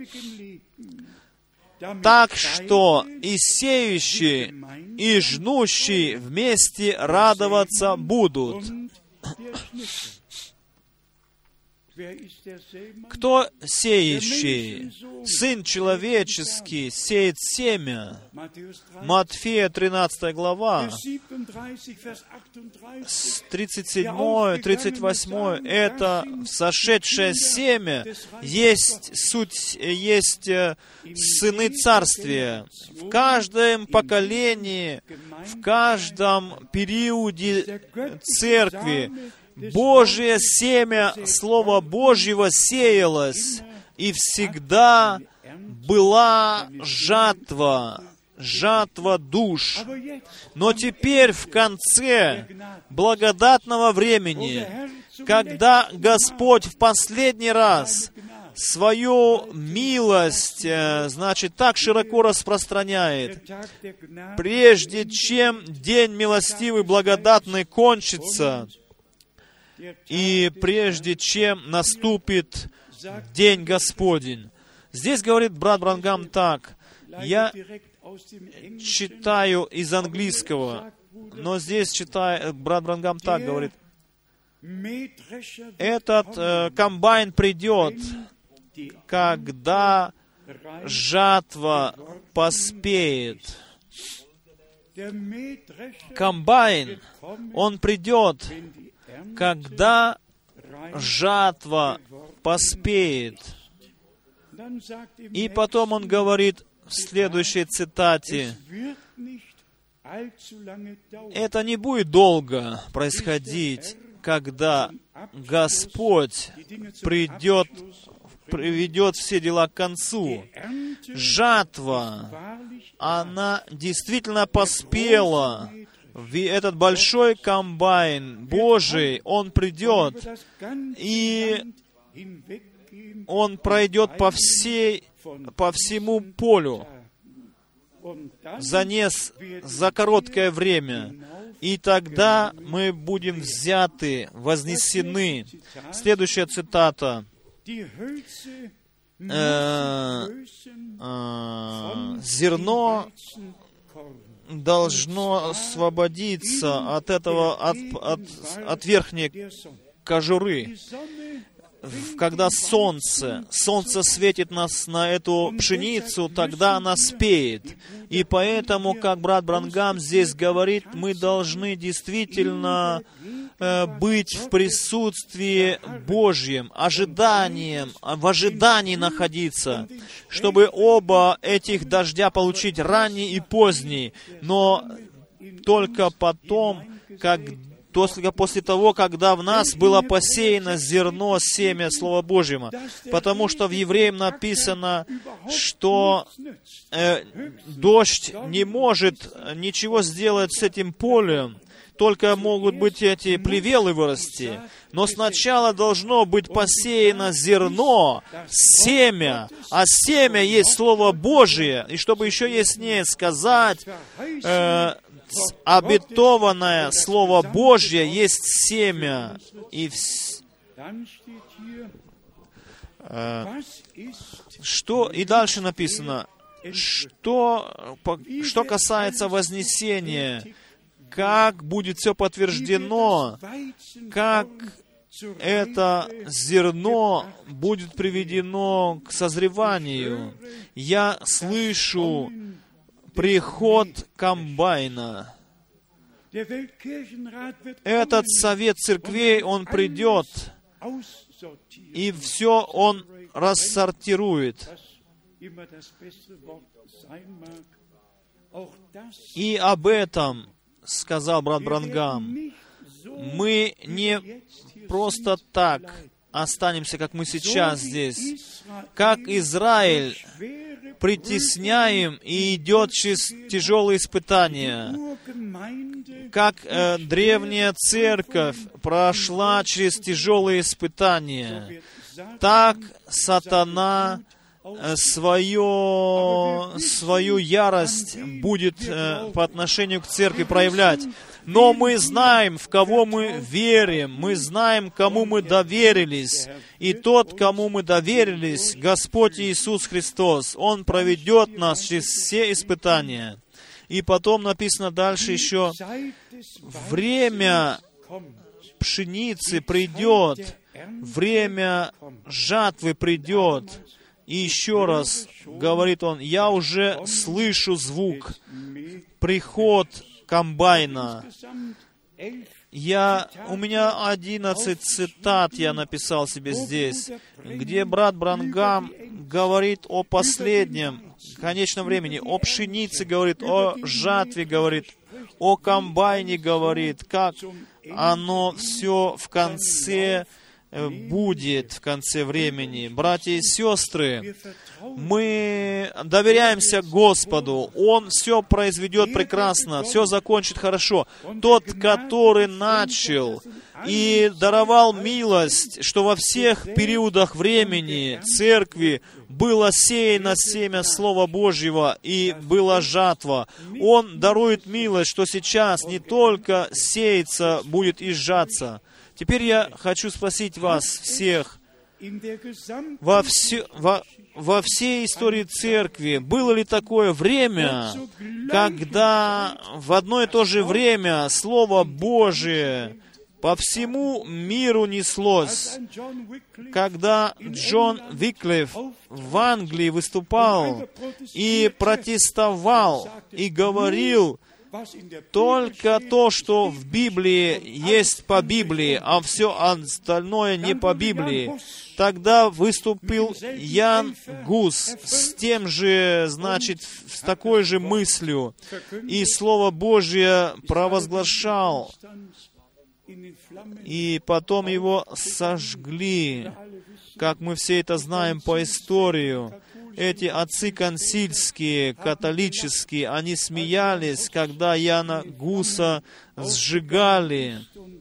Так что и сеющий, и жнущий вместе радоваться будут. Кто сеющий? Сын человеческий сеет семя. Матфея 13 глава, 37, 38, это сошедшее семя, есть суть, есть сыны царствия. В каждом поколении, в каждом периоде церкви Божье семя Слова Божьего сеялось, и всегда была жатва душ. Но теперь, в конце благодатного времени, когда Господь в последний раз свою милость, так широко распространяет, прежде чем день милостивый, благодатный кончится, и прежде чем наступит день Господень. Здесь говорит брат Бранхам так, я читаю из английского, но здесь брат Бранхам так говорит, этот комбайн придет, когда жатва поспеет. Комбайн, он придет, когда жатва поспеет. И потом он говорит в следующей цитате, это не будет долго происходить, когда Господь приведет все дела к концу. Жатва, она действительно поспела. Этот большой комбайн Божий, он придет, и он пройдет по всему полю за короткое время. И тогда мы будем взяты, вознесены. Следующая цитата. Зерно должно освободиться от верхней кожуры. Когда солнце светит нас на эту пшеницу, тогда она спеет. И поэтому, как брат Бранхам здесь говорит, мы должны действительно быть в присутствии Божьем, в ожидании находиться, чтобы оба этих дождя получить, ранний и поздний, но только потом, только после того, когда в нас было посеяно зерно, семя Слова Божьего. Потому что в Евреям написано, что дождь не может ничего сделать с этим полем, только могут быть эти плевелы вырасти. Но сначала должно быть посеяно зерно, семя, а семя есть Слово Божие. И чтобы еще яснее сказать, обетованное Слово Божье есть семя. И дальше написано, что касается вознесения, как будет все подтверждено, как это зерно будет приведено к созреванию. Я слышу приход комбайна. Этот совет церквей, он придет, и все он рассортирует. И об этом сказал брат Бранхам. Мы не просто так останемся, как мы сейчас здесь. Как Израиль притесняем и идет через тяжелые испытания. Как древняя церковь прошла через тяжелые испытания. Так сатана свою ярость будет по отношению к церкви проявлять. Но мы знаем, в кого мы верим, мы знаем, кому мы доверились. И тот, кому мы доверились, Господь Иисус Христос, Он проведет нас через все испытания. И потом написано дальше еще, время пшеницы придет, время жатвы придет. И еще раз говорит он, я уже слышу звук, приход комбайна. У меня 11 цитат я написал себе здесь, где брат Бранхам говорит о последнем, конечном времени, о пшенице говорит, о жатве говорит, о комбайне говорит, как оно все в конце будет, в конце времени. Братья и сестры, мы доверяемся Господу. Он все произведет прекрасно, все закончит хорошо. Тот, который начал и даровал милость, что во всех периодах времени церкви было сеяно семя Слова Божьего и была жатва. Он дарует милость, что сейчас не только сеется, будет и сжаться. Теперь я хочу спросить вас всех, во всей истории церкви было ли такое время, когда в одно и то же время Слово Божие по всему миру неслось, когда Джон Виклиф в Англии выступал и протестовал, и говорил, только то, что в Библии есть по Библии, а все остальное не по Библии. Тогда выступил Ян Гус с тем же, значит, с такой же мыслью, и Слово Божье провозглашал, и потом его сожгли, как мы все это знаем по истории. Эти отцы консильские, католические, они смеялись, когда Яна Гуса сжигали.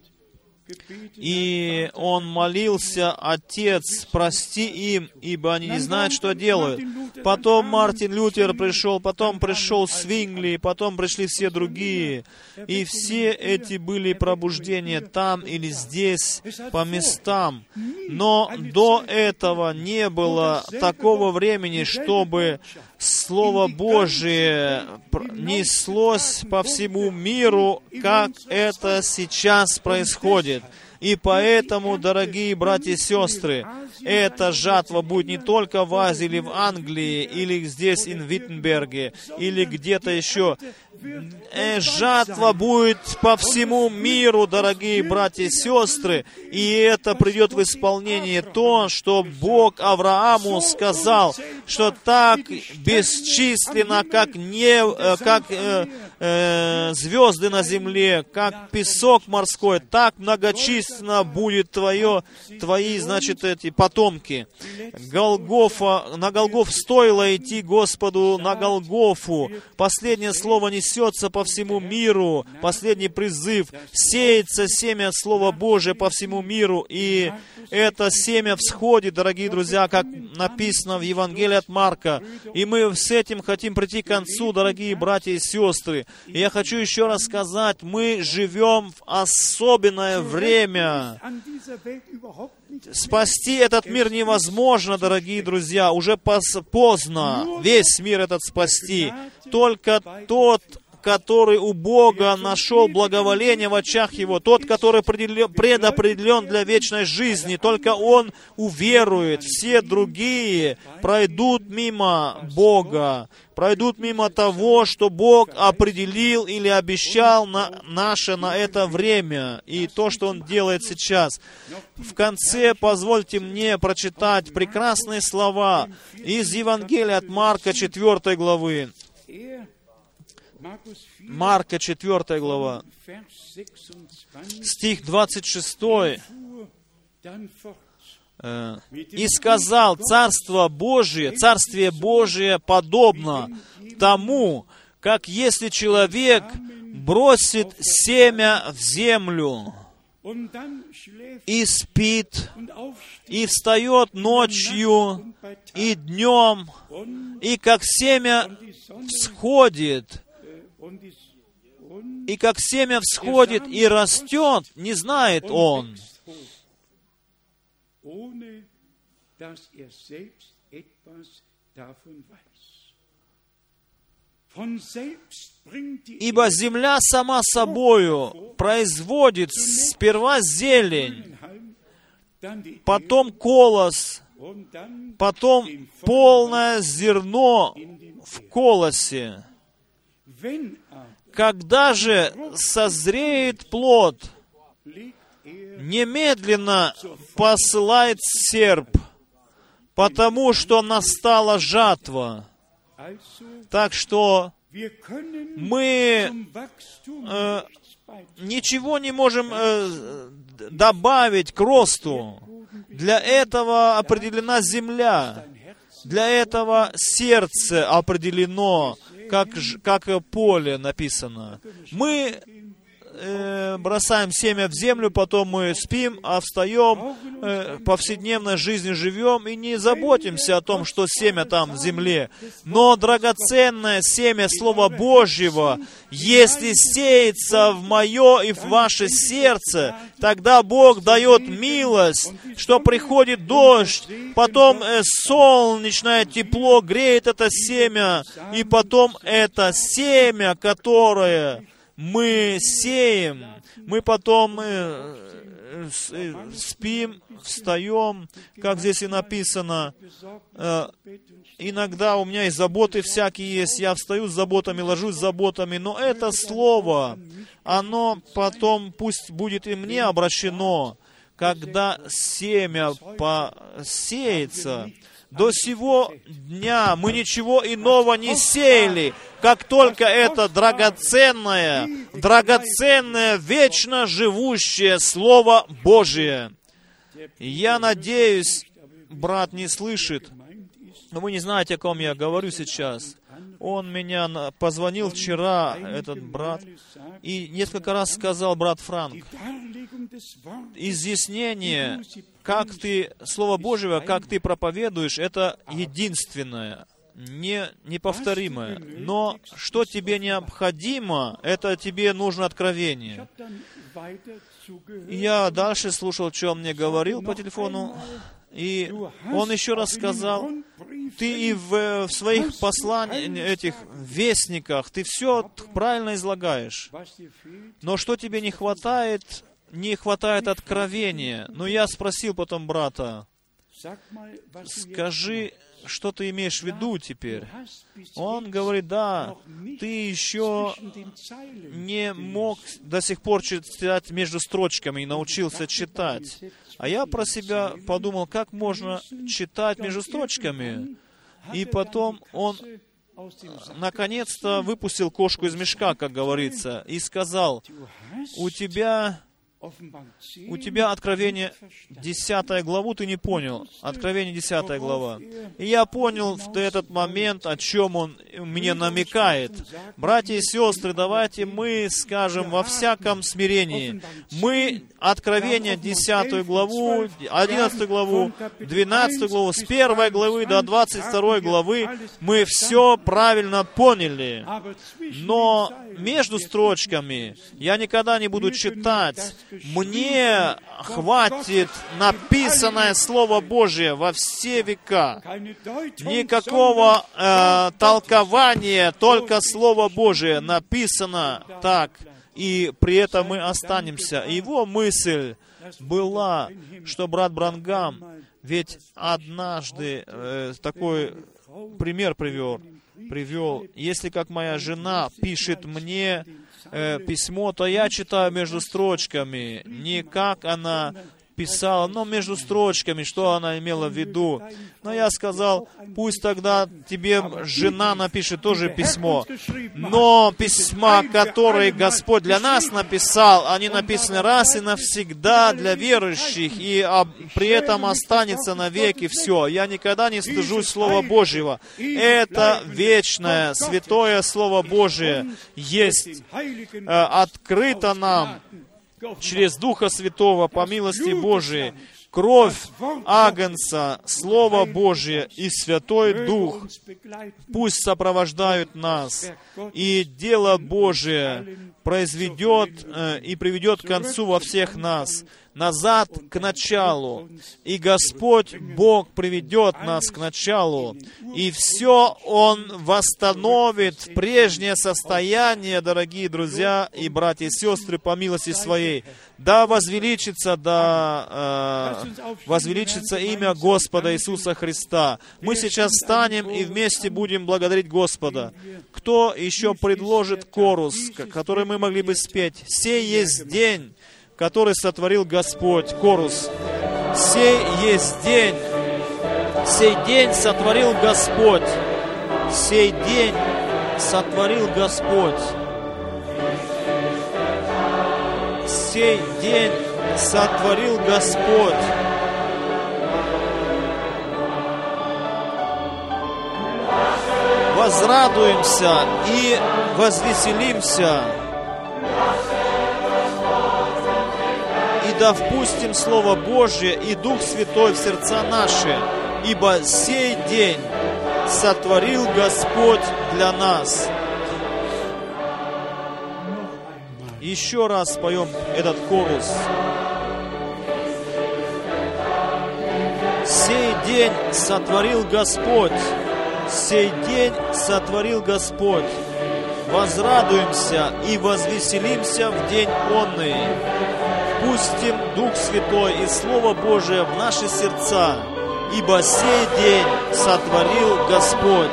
И он молился: «Отец, прости им, ибо они не знают, что делают». Потом Мартин Лютер пришел, потом пришел Свингли, потом пришли все другие. И все эти были пробуждения там или здесь, по местам. Но до этого не было такого времени, чтобы Слово Божие неслось по всему миру, как это сейчас происходит. И поэтому, дорогие братья и сестры, эта жатва будет не только в Азии или в Англии, или здесь, в Виттенберге, или где-то еще. Жатва будет по всему миру, дорогие братья и сестры, и это придет в исполнение то, что Бог Аврааму сказал, что так бесчисленно, как звезды на земле, как песок морской, так многочисленно будет твои, значит, эти потомки. На Голгофу стоило идти Господу на Голгофу. Последнее слово несется по всему миру, последний призыв. Сеется семя Слова Божия по всему миру, и это семя всходит, дорогие друзья, как написано в Евангелии от Марка. И мы с этим хотим прийти к концу, дорогие братья и сестры. И я хочу еще раз сказать, мы живем в особенное время. Спасти этот мир невозможно, дорогие друзья, уже поздно весь мир этот спасти. Только тот, который у Бога нашел благоволение в очах Его, тот, который предопределен для вечной жизни, только он уверует. Все другие пройдут мимо Бога, пройдут мимо того, что Бог определил или обещал на это время, и то, что Он делает сейчас. В конце позвольте мне прочитать прекрасные слова из Евангелия от Марка 4 главы. Марка 4 глава, стих 26. «И сказал, Царствие Божие подобно тому, как если человек бросит семя в землю, и спит, и встает ночью и днем, и как семя всходит, и растет, не знает он». «Ибо земля сама собою производит сперва зелень, потом колос, потом полное зерно в колосе. когда же созреет плод, немедленно посылает серп, потому что настала жатва. Так что мы ничего не можем добавить к росту. Для этого определена земля. Для этого сердце определено, как поле написано. Мы бросаем семя в землю, потом мы спим, а встаем, повседневной жизнью живем и не заботимся о том, что семя там в земле. Но драгоценное семя Слова Божьего, если сеется в мое и в ваше сердце, тогда Бог дает милость, что приходит дождь, потом солнечное тепло греет это семя, и потом это семя, которое мы сеем, мы потом спим, встаем, как здесь и написано. Иногда у меня и заботы всякие есть, я встаю с заботами, ложусь с заботами, но это слово, оно потом пусть будет и мне обращено, когда семя посеется. До сего дня мы ничего иного не сеяли, как только это драгоценное, вечно живущее Слово Божие. Я надеюсь, брат не слышит, но вы не знаете, о ком я говорю сейчас. Он меня позвонил вчера, этот брат, и несколько раз сказал: брат Франк, изъяснение, как ты, Слово Божьего, как ты проповедуешь, это единственное, неповторимое. Но что тебе необходимо, это тебе нужно откровение. Я дальше слушал, что он мне говорил по телефону, и он еще раз сказал: ты и в своих посланиях, этих вестниках, ты все правильно излагаешь. Но что тебе не хватает? Не хватает откровения. Но я спросил потом брата: скажи, что ты имеешь в виду теперь? Он говорит: да, ты еще не мог до сих пор читать между строчками и научился читать. А я про себя подумал, как можно читать между строчками. И потом он наконец-то выпустил кошку из мешка, как говорится, и сказал: у тебя Откровение 10 главу ты не понял. Откровение 10 глава. И я понял в этот момент, о чем он мне намекает. Братья и сестры, давайте мы скажем во всяком смирении. Мы Откровение 10 главу, 11 главу, 12 главу, с 1 главы до 22 главы, мы все правильно поняли. Но между строчками я никогда не буду читать. Мне хватит написанное Слово Божие во все века. Никакого толкования, только Слово Божие написано так. И при этом мы останемся. Его мысль была, что брат Бранхам ведь однажды такой пример привел. Если как моя жена пишет мне письмо, то я читаю между строчками, не как она писала, но между строчками, что она имела в виду. Но я сказал: пусть тогда тебе жена напишет тоже письмо. Но письма, которые Господь для нас написал, они написаны раз и навсегда для верующих, и при этом останется навеки все. Я никогда не стыжусь Слова Божьего. Это вечное, святое Слово Божие есть открыто нам через Духа Святого, по милости Божией, кровь Агнца, Слово Божие и Святой Дух пусть сопровождают нас, и дело Божие произведет и приведет к концу во всех нас. назад к началу. И Господь Бог приведет нас к началу. И все Он восстановит в прежнее состояние, дорогие друзья и братья и сестры, по милости Своей. Да возвеличится имя Господа Иисуса Христа. Мы сейчас встанем и вместе будем благодарить Господа. Кто еще предложит хорус, который мы могли бы спеть? «Сей есть день, который сотворил Господь». Хорус. «Сей есть день, сей день сотворил Господь». Сей день сотворил Господь. Сей день сотворил Господь. Возрадуемся и возвеселимся, и да впустим Слово Божье и Дух Святой в сердца наши, ибо сей день сотворил Господь для нас. Еще раз споем этот хорус. Сей день сотворил Господь, сей день сотворил Господь. Возрадуемся и возвеселимся в день онный. Пустим Дух Святой и Слово Божие в наши сердца, ибо сей день сотворил Господь.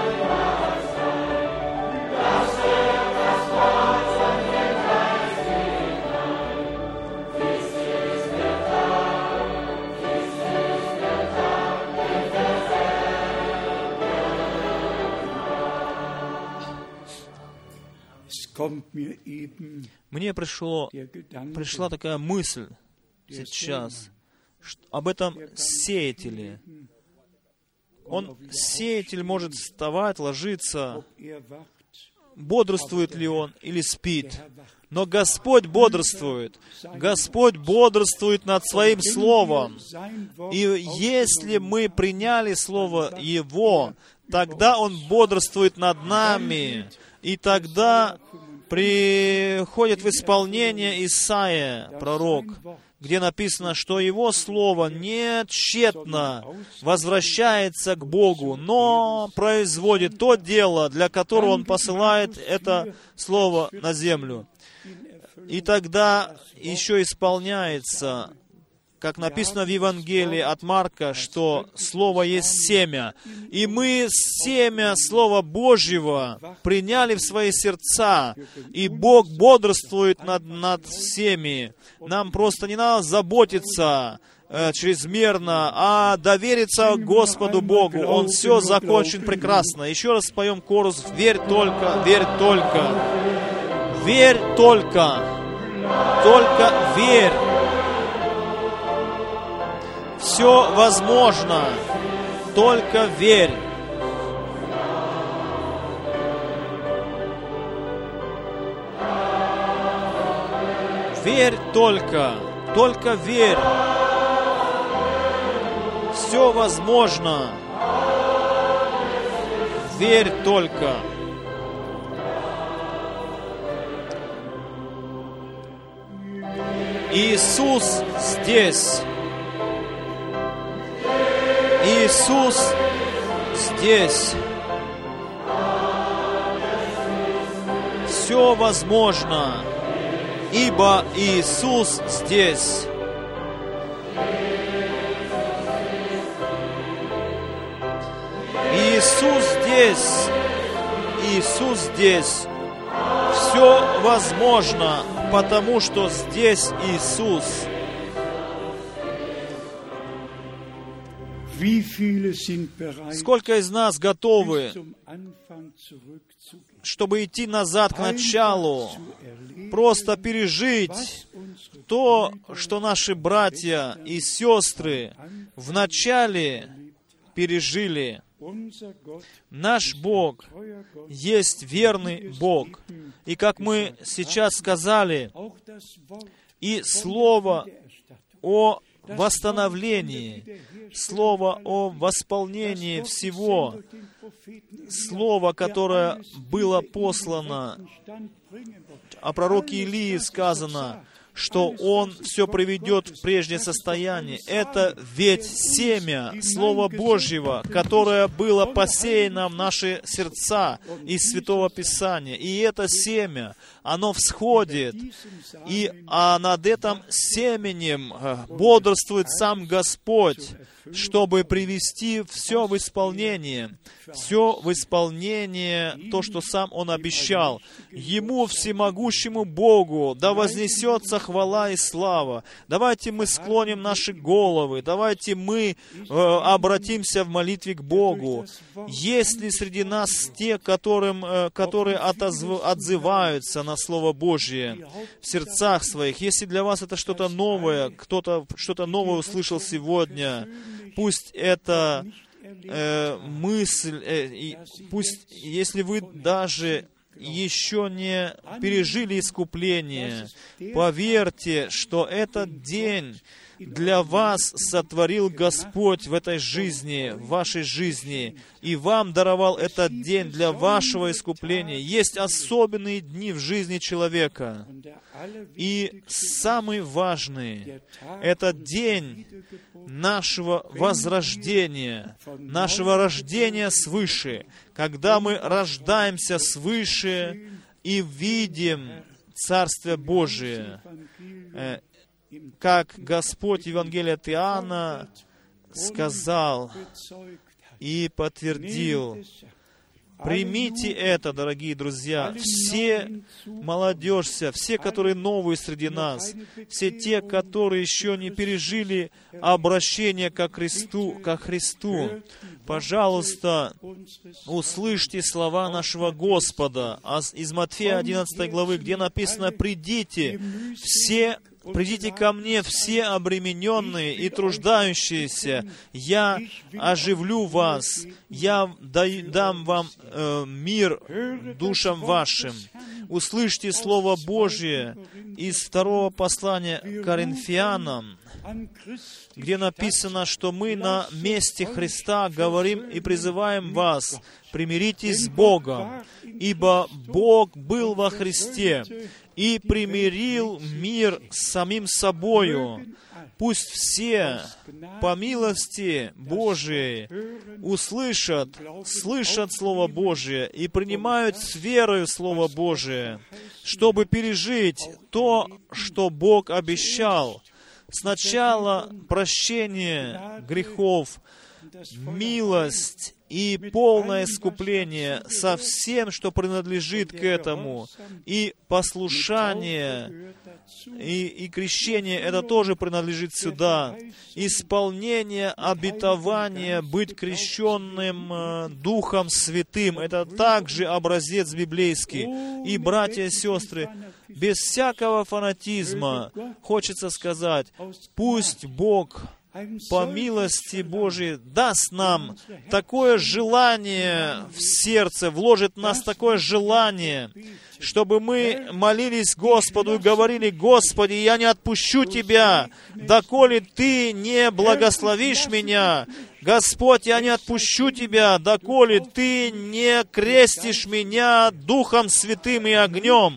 Мне пришла такая мысль сейчас об этом сеятеле. Сеятель может вставать, ложиться, бодрствует ли он или спит. Но Господь бодрствует. Господь бодрствует над Своим Словом. И если мы приняли Слово Его, тогда Он бодрствует над нами. И тогда приходит в исполнение Исаия, пророк, где написано, что его слово не тщетно возвращается к Богу, но производит то дело, для которого Он посылает это слово на землю. И тогда еще исполняется, как написано в Евангелии от Марка, что Слово есть семя. И мы семя Слова Божьего приняли в свои сердца, и Бог бодрствует над всеми. Нам просто не надо заботиться чрезмерно, а довериться Господу Богу. Он все закончит прекрасно. Еще раз споем хорус «Верь только, верь только». Верь только, только верь. Все возможно, только верь. Верь только верь. Все возможно. Верь только. Иисус здесь. Иисус здесь. Все возможно, ибо Иисус здесь. Иисус здесь. Иисус здесь. Все возможно, потому что здесь Иисус. Сколько из нас готовы, чтобы идти назад к началу, просто пережить то, что наши братья и сестры в начале пережили? Наш Бог есть верный Бог. И как мы сейчас сказали, и Слово о восстановлении, Слово о восполнении всего, Слово, которое было послано, о пророке Илии сказано, что Он все приведет в прежнее состояние. Это ведь семя Слова Божьего, которое было посеяно в наши сердца из Святого Писания. И это семя, оно всходит, и над этим семенем бодрствует сам Господь, чтобы привести все в исполнение, то, что Сам Он обещал. Ему, всемогущему Богу, да вознесется хвала и слава. Давайте мы склоним наши головы, давайте мы обратимся в молитве к Богу. Есть ли среди нас те, которые отзываются на Слово Божье в сердцах своих? Если для вас это что-то новое, кто-то что-то новое услышал сегодня, пусть это мысль, пусть, если вы даже еще не пережили искупление, поверьте, что этот день для вас сотворил Господь в этой жизни, в вашей жизни, и вам даровал этот день для вашего искупления. Есть особенные дни в жизни человека, и самый важный — это день нашего возрождения, нашего рождения свыше, когда мы рождаемся свыше и видим Царствие Божие, как Господь Евангелие от Иоанна сказал и подтвердил. Примите это, дорогие друзья, все молодежь, все, которые новые среди нас, все те, которые еще не пережили обращение ко Христу, пожалуйста, услышьте слова нашего Господа из Матфея 11 главы, где написано: «Придите ко мне, все обремененные и труждающиеся, я оживлю вас, я дам вам мир душам вашим». Услышьте Слово Божье из второго послания к Коринфянам, где написано, что мы на месте Христа говорим и призываем вас: примиритесь с Богом, ибо Бог был во Христе и примирил мир с самим собою. Пусть все по милости Божией слышат Слово Божие и принимают с верою Слово Божие, чтобы пережить то, что Бог обещал. Сначала прощение грехов, милость и полное искупление со всем, что принадлежит к этому, и послушание, и крещение, это тоже принадлежит сюда. Исполнение обетования быть крещенным Духом Святым, это также образец библейский. И, братья и сестры, без всякого фанатизма хочется сказать: пусть Бог по милости Божией даст нам такое желание в сердце, вложит в нас такое желание, чтобы мы молились Господу и говорили: «Господи, я не отпущу Тебя, доколе Ты не благословишь меня. Господь, я не отпущу Тебя, доколе Ты не крестишь меня Духом Святым и огнем».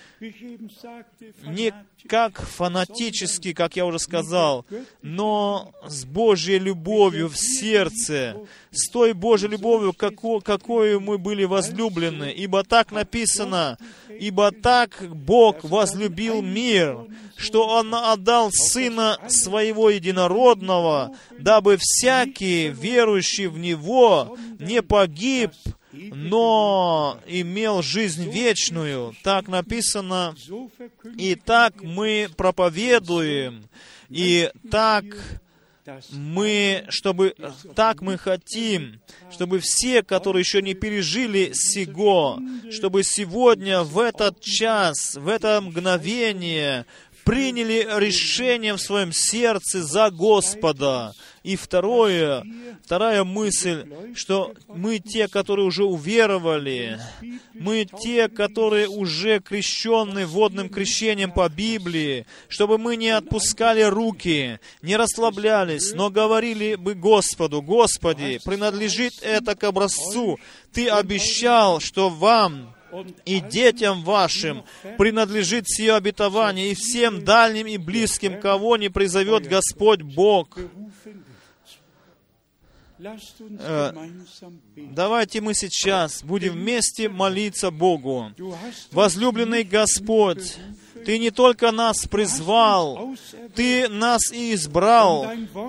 Не как фанатически, как я уже сказал, но с Божьей любовью в сердце, с той Божьей любовью, какой мы были возлюблены. Ибо так написано: «Ибо так Бог возлюбил мир, что Он отдал Сына Своего Единородного, дабы всякий, верующий в Него, не погиб, но имел жизнь вечную». Так написано, и так мы проповедуем, и так мы хотим, чтобы все, которые еще не пережили сего, чтобы сегодня, в этот час, в это мгновение приняли решение в своем сердце за Господа. И вторая мысль, что мы те, которые уже уверовали, мы те, которые уже крещены водным крещением по Библии, чтобы мы не отпускали руки, не расслаблялись, но говорили бы Господу: «Господи, принадлежит это к образцу. Ты обещал, что вам и детям вашим принадлежит сие обетование, и всем дальним и близким, кого не призовет Господь Бог». Давайте мы сейчас будем вместе молиться Богу. Возлюбленный Господь, Ты не только нас призвал, Ты нас и избрал,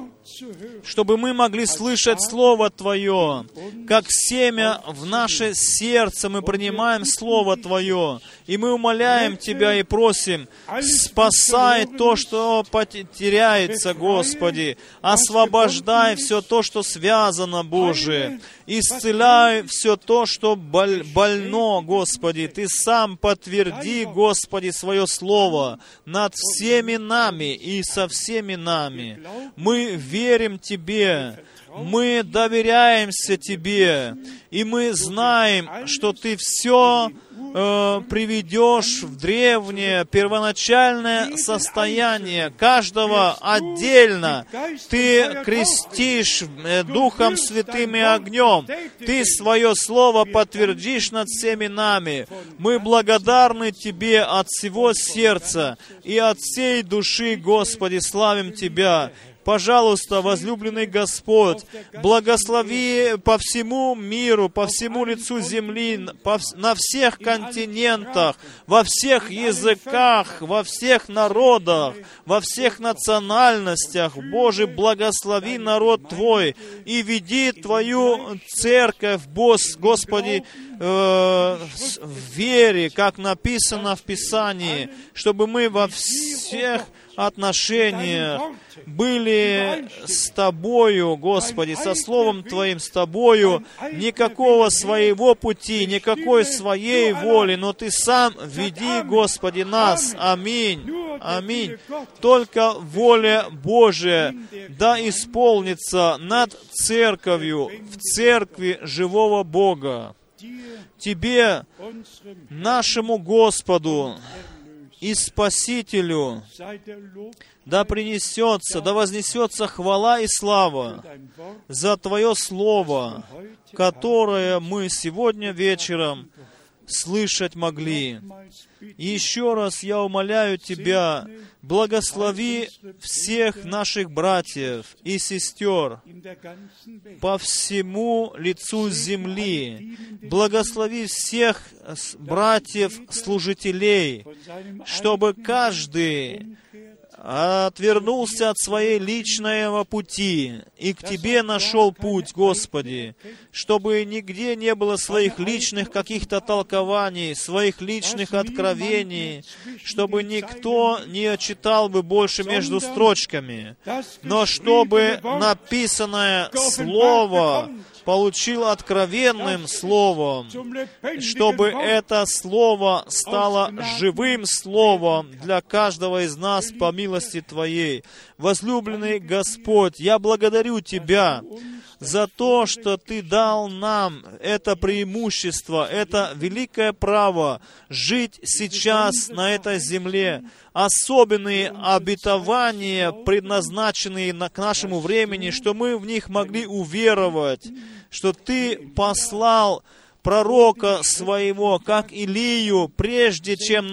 чтобы мы могли слышать Слово Твое. Как семя в наше сердце мы принимаем Слово Твое, и мы умоляем Тебя и просим, спасай то, что потеряется, Господи, освобождай все то, что связано, Боже, исцеляй все то, что больно, Господи. Ты сам подтверди, Господи, свое Слово над всеми нами и со всеми нами. Мы верим Тебе, мы доверяемся Тебе, и мы знаем, что Ты все приведешь в древнее, первоначальное состояние каждого отдельно. Ты крестишь Духом Святым и огнем. Ты свое Слово подтвердишь над всеми нами. Мы благодарны Тебе от всего сердца и от всей души, Господи, славим Тебя. Пожалуйста, возлюбленный Господь, благослови по всему миру, по всему лицу земли, на всех континентах, во всех языках, во всех народах, во всех национальностях. Боже, благослови народ Твой и веди Твою церковь, Господи, в вере, как написано в Писании, чтобы мы во всех отношениях были с Тобою, Господи, со Словом Твоим, с Тобою, никакого своего пути, никакой своей воли, но Ты сам веди, Господи, нас. Аминь. Аминь. Только воля Божия да исполнится над церковью, в церкви живого Бога. Тебе, нашему Господу и Спасителю, да принесется, да вознесется хвала и слава за Твое Слово, которое мы сегодня вечером слышать могли. И еще раз я умоляю Тебя, благослови всех наших братьев и сестер по всему лицу земли. Благослови всех братьев-служителей, чтобы каждый отвернулся от своей личного пути и к Тебе нашел путь, Господи, чтобы нигде не было своих личных каких-то толкований, своих личных откровений, чтобы никто не читал бы больше между строчками, но чтобы написанное Слово получил откровенным Словом, чтобы это Слово стало живым Словом для каждого из нас по милости Твоей. Возлюбленный Господь, я благодарю Тебя за то, что Ты дал нам это преимущество, это великое право жить сейчас на этой земле. Особенные обетования, предназначенные к нашему времени, что мы в них могли уверовать, что Ты послал пророка своего, как Илию, прежде чем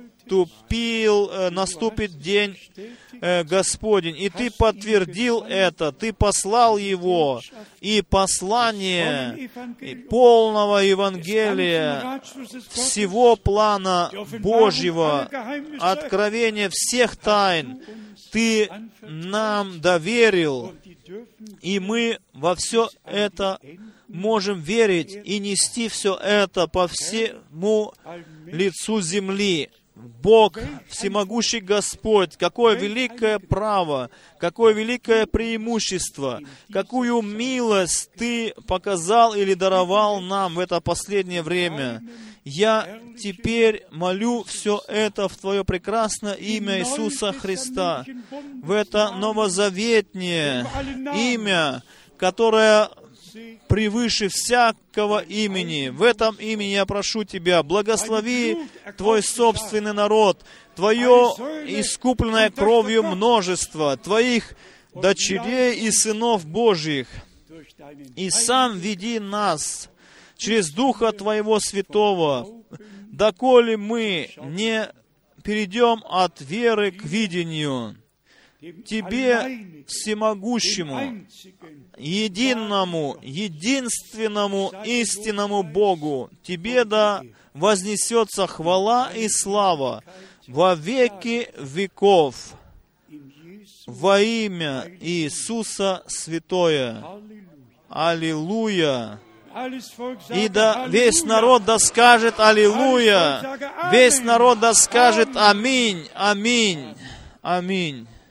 наступит день Господень. И Ты подтвердил это, Ты послал его, и послание полного Евангелия, всего плана Божьего, откровения всех тайн Ты нам доверил, и мы во все это можем верить и нести все это по всему лицу земли. Бог, всемогущий Господь, какое великое право, какое великое преимущество, какую милость Ты показал или даровал нам в это последнее время. Я теперь молю все это в Твое прекрасное имя Иисуса Христа, в это новозаветнее имя, которое превыше всякого имени. В этом имени я прошу Тебя, благослови Твой собственный народ, Твое искупленное кровью множество, Твоих дочерей и сынов Божьих, и сам веди нас через Духа Твоего Святого, доколе мы не перейдем от веры к видению, Тебе, всемогущему, единому, единственному, истинному Богу, Тебе да вознесется хвала и слава во веки веков, во имя Иисуса Святое. Аллилуйя! И да весь народ да скажет Аллилуйя! Весь народ да скажет Аминь! Аминь! Аминь!